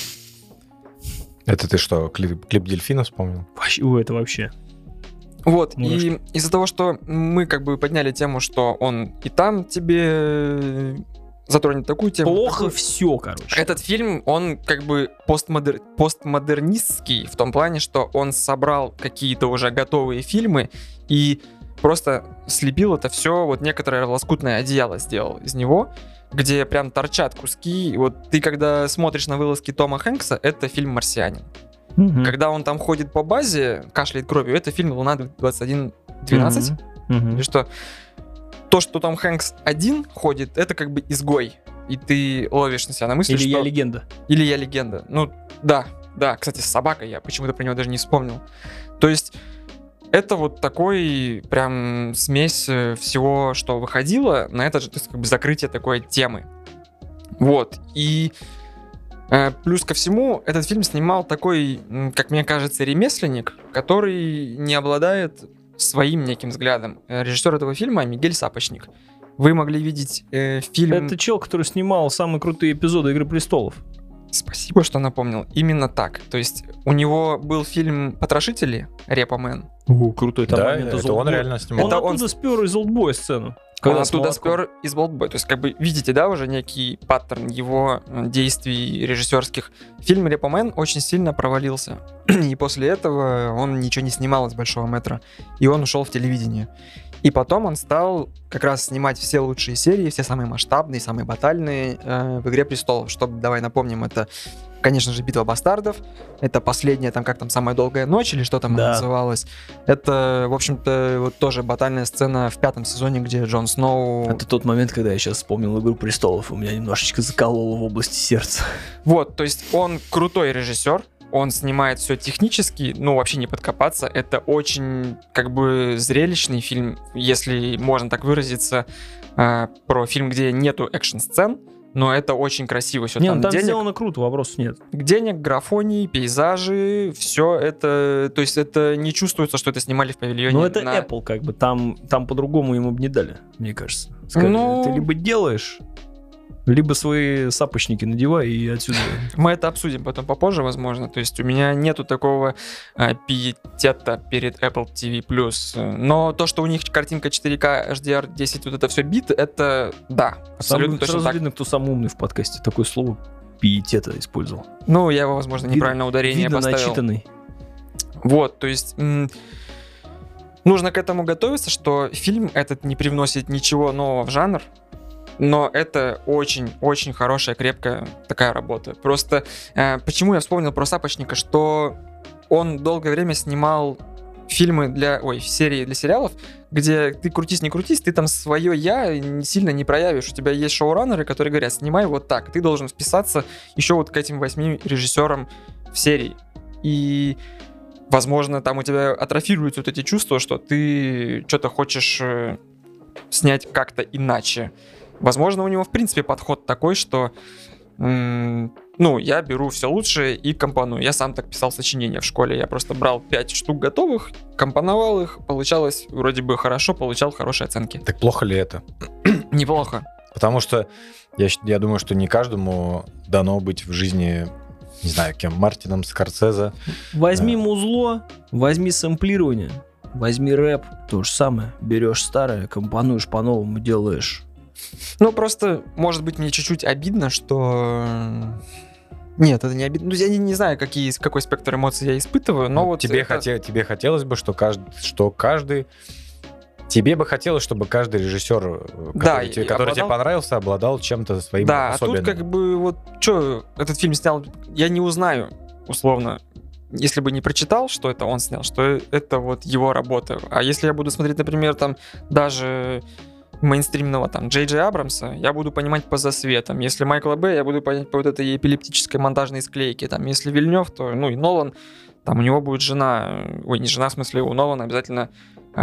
Это ты что, клип дельфина вспомнил? Вообще, это вообще... Вот, Мурашки. и из-за того, что мы как бы подняли тему, что он и там тебе затронет такую тему. Плохо такую. все, короче. Этот фильм, он как бы постмодернистский в том плане, что он собрал какие-то уже готовые фильмы и просто слепил это все, вот некоторое лоскутное одеяло сделал из него, где прям торчат куски. Вот ты когда смотришь на вылазки Тома Хэнкса, это фильм «Марсианин». Мгм. Когда он там ходит по базе, кашляет кровью, это фильм «Луна-2112». Мгм. Или что? То, что Том Хэнкс один ходит, это как бы изгой. И ты ловишь на себя на мысли, Или что... я легенда. Или я легенда. Ну, да. Кстати, с собакой я почему-то про него даже не вспомнил. То есть, это вот такой прям смесь всего, что выходило на это же, то есть, как бы закрытие такой темы. Вот. И плюс ко всему, этот фильм снимал такой, как мне кажется, ремесленник, который не обладает своим неким взглядом. Режиссер этого фильма Мигель Сапочник. Вы могли видеть фильм... Это чел, который снимал самые крутые эпизоды «Игры престолов». Спасибо, что напомнил. Именно так. То есть у него был фильм «Потрошители» Репа-мен. Крутой там Да, момент из это он «Олдбоя». реально снимал. Он Это он оттуда спер из «Олдбоя» сцену. Он Когда с оттуда молотком. спер из «Болтбоя». То есть, как бы, видите, да, уже некий паттерн его действий режиссерских. Фильм «Репа-мен» очень сильно провалился. И после этого он ничего не снимал из «Большого метра». И он ушел в телевидение. И потом он стал как раз снимать все лучшие серии, все самые масштабные, самые батальные в «Игре престолов». Чтобы, давай напомним, это, конечно же, «Битва бастардов». Это последняя, там, как там, «Самая долгая ночь» или что там Да. она называлась. Это, в общем-то, вот тоже батальная сцена в 5-м сезоне, где Джон Сноу... Это тот момент, когда я сейчас вспомнил «Игру престолов», у меня немножечко закололо в области сердца. Вот, то есть он крутой режиссер, он снимает все технически, ну, вообще не подкопаться. Это очень, как бы, зрелищный фильм, если можно так выразиться, про фильм, где нету экшн-сцен, но это очень красиво. Все Не, там ну там денег, сделано круто, вопросов нет. денег, графоний, пейзажи, все это... То есть это не чувствуется, что это снимали в павильоне. Но это на- Apple, как бы, там по-другому ему бы не дали, мне кажется. Сказали, Ну- ты либо делаешь, либо свои сапочники надевай и отсюда. Мы это обсудим потом попозже, возможно. То есть у меня нету такого пиетета перед Apple TV+. Но то, что у них картинка 4К, HDR10, вот это все бит, это да, абсолютно точно Сразу так. видно, кто самый умный в подкасте. Такое слово пиетета использовал. Ну, я его, возможно, неправильно ударение Видно поставил. начитанный. Вот, то есть нужно к этому готовиться, что фильм этот не привносит ничего нового в жанр, но это очень-очень хорошая, крепкая такая работа. Просто почему я вспомнил про Сапочника, что он долгое время снимал фильмы серии для сериалов, где ты крутись, не крутись, ты там свое «я» сильно не проявишь. У тебя есть шоураннеры, которые говорят, снимай вот так. Ты должен вписаться еще вот к этим 8 режиссерам в серии. И, возможно, там у тебя атрофируются вот эти чувства, что ты что-то хочешь снять как-то иначе. Возможно, у него, в принципе, подход такой, что я беру все лучшее и компоную. Я сам так писал сочинения в школе. Я просто брал 5 штук готовых, компоновал их, получалось вроде бы хорошо, получал хорошие оценки. Так плохо ли это? Неплохо. Потому что я думаю, что не каждому дано быть в жизни, не знаю, кем, Мартином Скорсезе. Возьми Да. музло, возьми сэмплирование, возьми рэп. То же самое. Берешь старое, компонуешь по-новому, делаешь. Ну, просто, может быть, мне чуть-чуть обидно, что... Нет, это не обидно. Ну, я не знаю, какой спектр эмоций я испытываю, но вот тебе, это- тебе хотелось бы, что каждый... Тебе бы хотелось, чтобы каждый режиссер, Да, который, и который тебе обладал- понравился, обладал чем-то своим Да, особенным. а тут как бы вот что этот фильм снял, я не узнаю, условно, если бы не прочитал, что это он снял, что это вот его работа. А если я буду смотреть, например, там даже мейнстримного там Джей Джей Абрамса, я буду понимать по засветам. Если Майкла Б, я буду понять по вот этой эпилептической монтажной склейке. Там, если Вильнёв, то, и Нолан, там у него будет жена, не жена, в смысле, у Нолана обязательно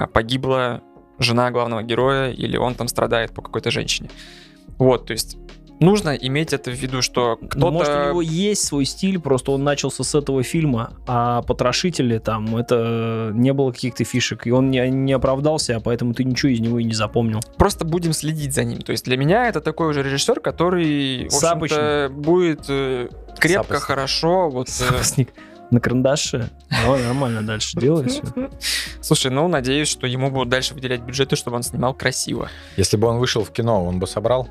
погибла жена главного героя, или он там страдает по какой-то женщине. Вот, то есть нужно иметь это в виду, что кто-то... Может, у него есть свой стиль, просто он начался с этого фильма, а «Потрошители» там, это не было каких-то фишек, и он не оправдался, а поэтому ты ничего из него и не запомнил. Просто будем следить за ним. То есть для меня это такой уже режиссер, который, в общем-то, будет крепко, Сапочник. хорошо... Вот, Сапожник на карандаше. Ну, нормально дальше делай все. Слушай, ну, надеюсь, что ему будут дальше выделять бюджеты, чтобы он снимал красиво. Если бы он вышел в кино, он бы собрал?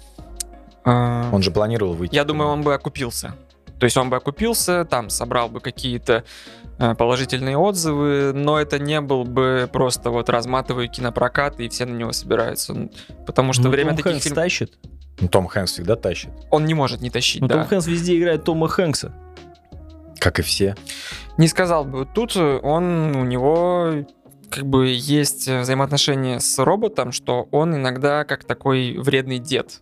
Он же планировал выйти. Я в кино. думаю, он бы окупился. То есть он бы окупился, там собрал бы какие-то положительные отзывы, но это не был бы просто вот разматывая кинопрокат, и все на него собираются. Потому что время Том таких Хэнкс фильмов... тащит. Ну, Том Хэнкс всегда тащит, Он не может не тащить, Но да. Том Хэнкс везде играет Тома Хэнкса. как и все. Не сказал бы. Тут у него как бы есть взаимоотношения с роботом, что он иногда как такой вредный дед.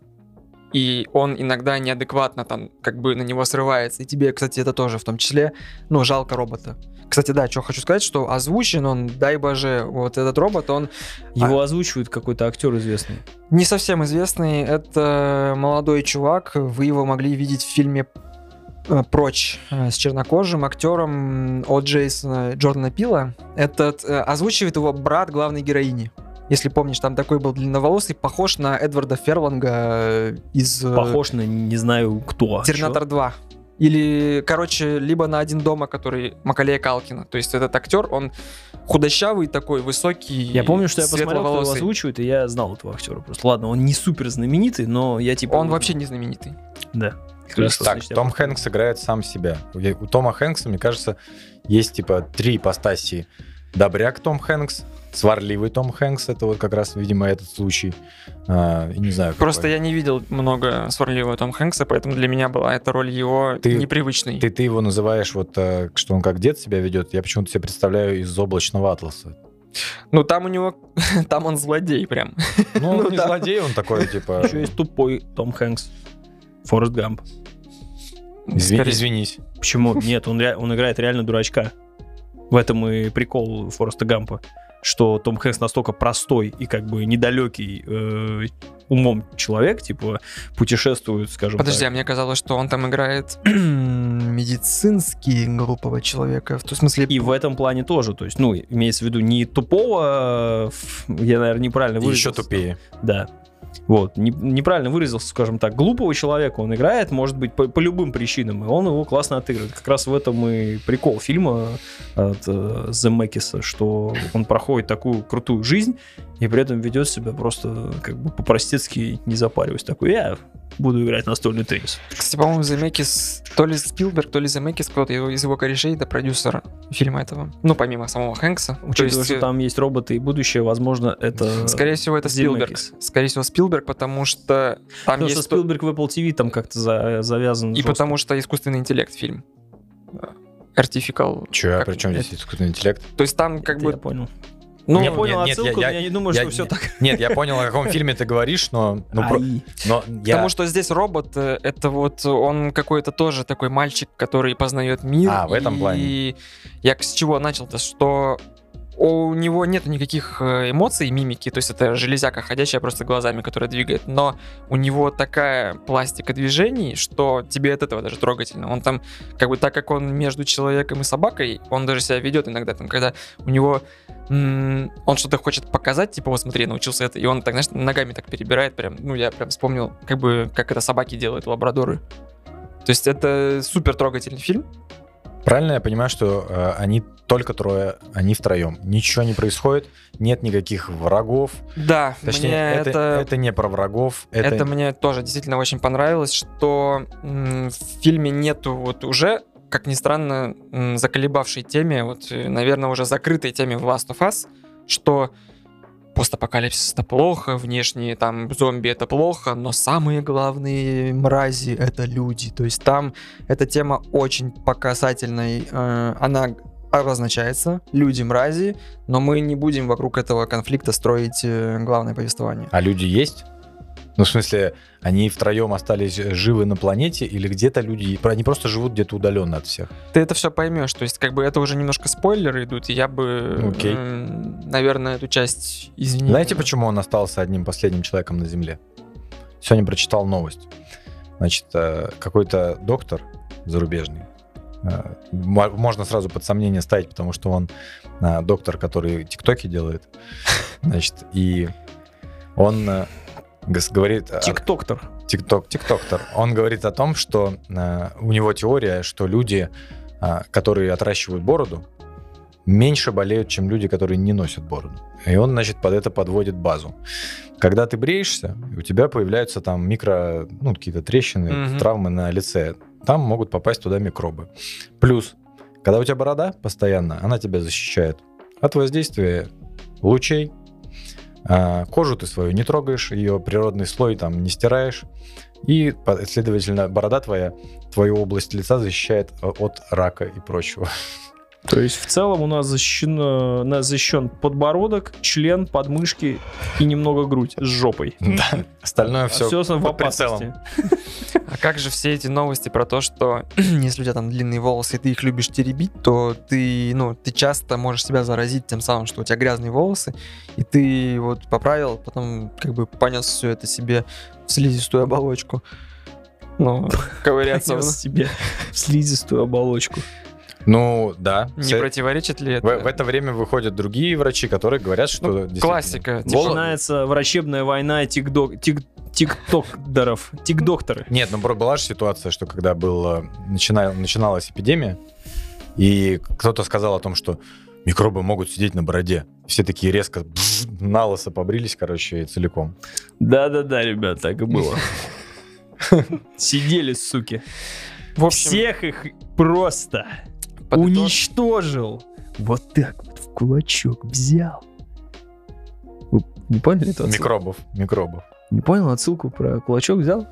И он иногда неадекватно там как бы на него срывается. И тебе, кстати, это тоже в том числе, ну, жалко робота. Кстати, да, что хочу сказать, что озвучен он, дай боже, вот этот робот, он Его озвучивает какой-то актер известный. не совсем известный. Это молодой чувак. Вы его могли видеть в фильме «Прочь» с чернокожим актером от Джейсона Джордана Пила. Этот озвучивает его брат главной героини. Если помнишь, там такой был длинноволосый, похож на Эдварда Ферланга из Похож на не знаю кто. «Терминатор 2». Или, короче, либо на «Один дома», который Макалея Калкина. То есть этот актер, он худощавый такой, высокий, Я помню, что я посмотрел, кто его светловолосый. озвучивает, и я знал этого актера просто. Ладно, он не супер знаменитый, но я типа... Он вообще не знаменитый. Да. Так, Значит, я Том повторю. Хэнкс играет сам себя. У Тома Хэнкса, мне кажется, есть типа 3 ипостаси. Добряк Том Хэнкс, сварливый Том Хэнкс, это вот как раз, видимо, этот случай. Не знаю. Просто какой. я не видел много сварливого Тома Хэнкса, поэтому для меня была эта роль его Ты- непривычной. Ты его называешь, вот, что он как дед себя ведет. Я почему-то себе представляю из «Облачного атласа». Ну, там у него... Там он злодей прям. Ну, он Ну не да. злодей, он такой, типа... Еще есть тупой Том Хэнкс. Форест Гамп. Скорее- Извинись. Почему? Нет, он играет реально дурачка. В этом и прикол Фореста Гампа. Что Том Хэнкс настолько простой и как бы недалекий умом человек, типа, путешествует, скажем Подожди, так. а мне казалось, что он там играет медицинский глупого человека. В смысле... И в этом плане тоже. То есть, ну, имеется в виду не тупого, я, наверное, неправильно выразился. Еще тупее. Да. Вот, неправильно выразился, скажем так, глупого человека он играет, может быть, по любым причинам, и он его классно отыгрывает. Как раз в этом и прикол фильма от Земекиса, что он проходит такую крутую жизнь и при этом ведет себя просто как бы по-простецки, не запариваясь. Такой, я буду играть настольный теннис. Кстати, по-моему, Земекис, то ли Спилберг, то ли Земекис, кто-то из его корешей, это продюсер фильма этого. Ну, помимо самого Хэнкса. Учитывая, что там есть роботы и будущее, возможно, это... Скорее всего, это Спилберг. Земекис. Скорее всего, Спилберг, потому что там Потому что есть... Спилберг в Apple TV там как-то завязан И жестко. потому что искусственный интеллект фильм. Artificial. Че, а Как- при чем здесь искусственный интеллект? То есть там как Это бы... я понял. Ну, Я понял нет, отсылку, я- но я не думаю, я- что все так. Нет, я понял, о каком фильме ты говоришь, но Ай. Потому что здесь робот, это вот он какой-то тоже такой мальчик, который познает мир. А, в этом и плане. я с чего начал-то, что у него нет никаких эмоций, мимики, то есть это железяка ходячая просто глазами, которая двигает, но у него такая пластика движений, что тебе от этого даже трогательно. Он там, как бы так как он между человеком и собакой, он даже себя ведет иногда, там, когда у него он что-то хочет показать, типа, вот смотри, научился это, и он так, знаешь, ногами так перебирает, прям, ну, я прям вспомнил, как бы, как это собаки делают, лабрадоры. То есть это супер трогательный фильм. Правильно я понимаю, что они только трое, они втроем. Ничего не происходит, нет никаких врагов. Да, Точнее, мне это не про врагов. Это мне тоже действительно очень понравилось, что в фильме нету вот уже, как ни странно, заколебавшей теме, вот, наверное, уже закрытой теме в Last of Us, что постапокалипсис — это плохо, внешние там зомби — это плохо, но самые главные мрази — это люди. То есть там эта тема очень показательной, она обозначается, люди-мрази, но мы не будем вокруг этого конфликта строить главное повествование. А люди есть? Ну, в смысле, они втроем остались живы на планете, или где-то люди... Они просто живут где-то удаленно от всех. Ты это все поймешь, то есть как бы это уже немножко спойлеры идут, и я бы, Окей. наверное, эту часть извинил. Знаете, почему он остался одним последним человеком на Земле? сегодня прочитал новость. Значит, какой-то доктор зарубежный, можно сразу под сомнение ставить, потому что он доктор, который тиктоки делает, значит, и он говорит... Тиктоктор. Тиктоктор. Он говорит о том, что у него теория, что люди, которые отращивают бороду, меньше болеют, чем люди, которые не носят бороду. И он, значит, под это подводит базу. Когда ты бреешься, у тебя появляются там какие-то трещины, травмы на лице. Там могут попасть туда микробы. Плюс, когда у тебя борода постоянно, она тебя защищает от воздействия лучей. Кожу ты свою не трогаешь, ее природный слой там не стираешь. И, следовательно, борода твою область лица защищает от рака и прочего. То есть в целом у нас защищен подбородок, член, подмышки и немного грудь с жопой. Да, остальное все в опасности. А как же все эти новости про то, что если у тебя там длинные волосы, и ты их любишь теребить, то ты часто можешь себя заразить тем самым, что у тебя грязные волосы, и ты вот поправил, потом как бы понес все это себе в слизистую оболочку. Ковыряться себе в слизистую оболочку. Ну, да. Не противоречит ли это? В это время выходят другие врачи, которые говорят, что... Классика. Начинается врачебная война тиктокторы. Нет, была же ситуация, что когда начиналась эпидемия, и кто-то сказал о том, что микробы могут сидеть на бороде. Все такие резко на лысо побрились, целиком. Да-да-да, ребят, так и было. Сидели, суки. В общем, всех их просто уничтожил. Вот так вот в кулачок взял. Вы не поняли эту отсылку? Микробов. Не понял отсылку про кулачок взял?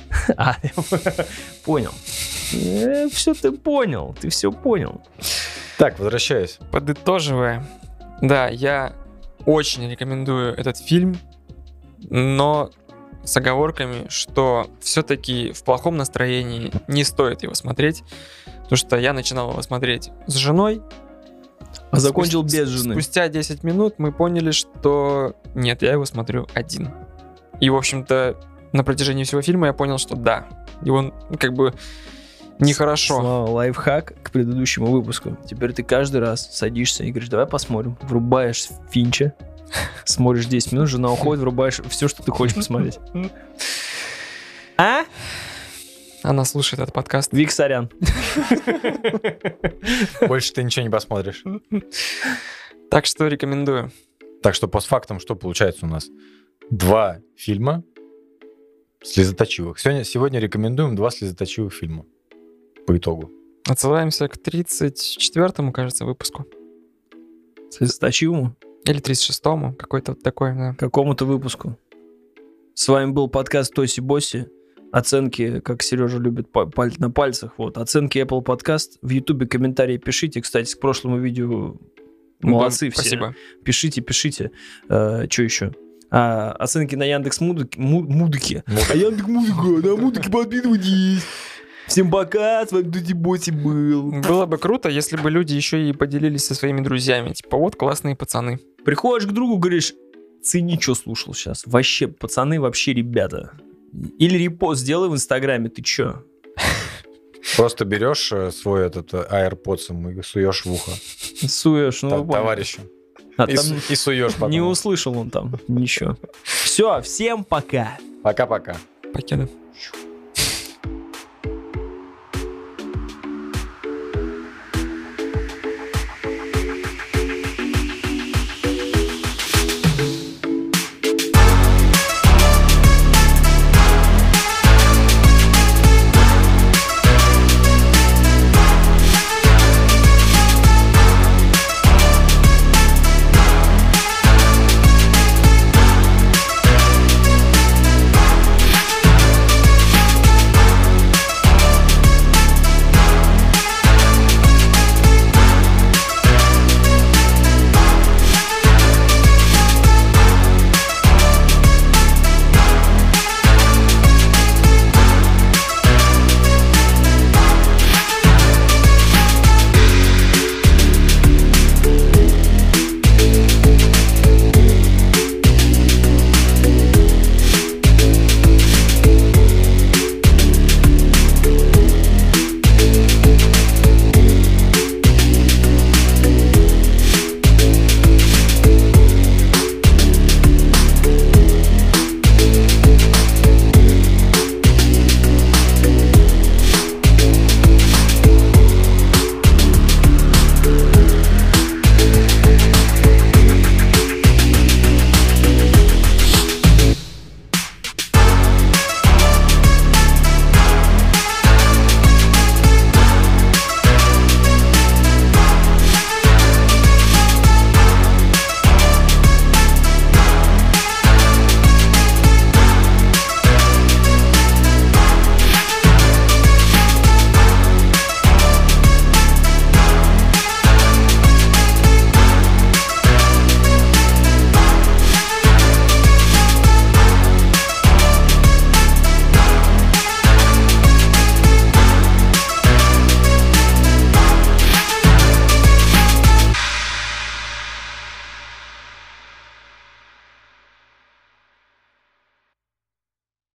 Понял. Все ты понял. Ты все понял. Так, возвращаюсь. Подытоживая. Да, я очень рекомендую этот фильм, но с оговорками, что все-таки в плохом настроении не стоит его смотреть, потому что я начинал его смотреть с женой, а закончил без жены. Спустя 10 минут мы поняли, что нет, я его смотрю один. И, в общем-то, на протяжении всего фильма я понял, что да, и он как бы нехорошо. Лайфхак к предыдущему выпуску. Теперь ты каждый раз садишься и говоришь, давай посмотрим. Врубаешь Финча, смотришь 10 минут, жена уходит, врубаешь все, что ты хочешь посмотреть. А? Она слушает этот подкаст. Вик, сорян. Больше ты ничего не посмотришь. Так что рекомендую. Так что постфактум что получается у нас? 2 фильма слезоточивых. Сегодня рекомендуем 2 слезоточивых фильма. По итогу. Отсылаемся к 34-му, кажется, выпуску. Слезоточивому? Или 36-му, какой-то вот такой, да. Какому-то выпуску. С вами был подкаст Тоси Босси. Оценки, как Сережа любит на пальцах. Вот. Оценки Apple Podcast. В YouTube комментарии пишите. Кстати, к прошлому видео молодцы все. Спасибо. Пишите. Что еще? Оценки на Яндекс.Музыке. А Яндекс.Музыка, на Музыке подписывайтесь. Всем пока, с вами Тоси Босси был. Было бы круто, если бы люди еще и поделились со своими друзьями. Типа, вот классные пацаны. Приходишь к другу, говоришь, цени, что слушал сейчас. Вообще, пацаны, вообще ребята. Или репост сделай в Инстаграме, ты чё? Просто берешь свой этот AirPods и суешь в ухо. Суешь, ну товарищу. И суешь потом. Не услышал он там ничего. Все, всем пока. Пока-пока. Покеда.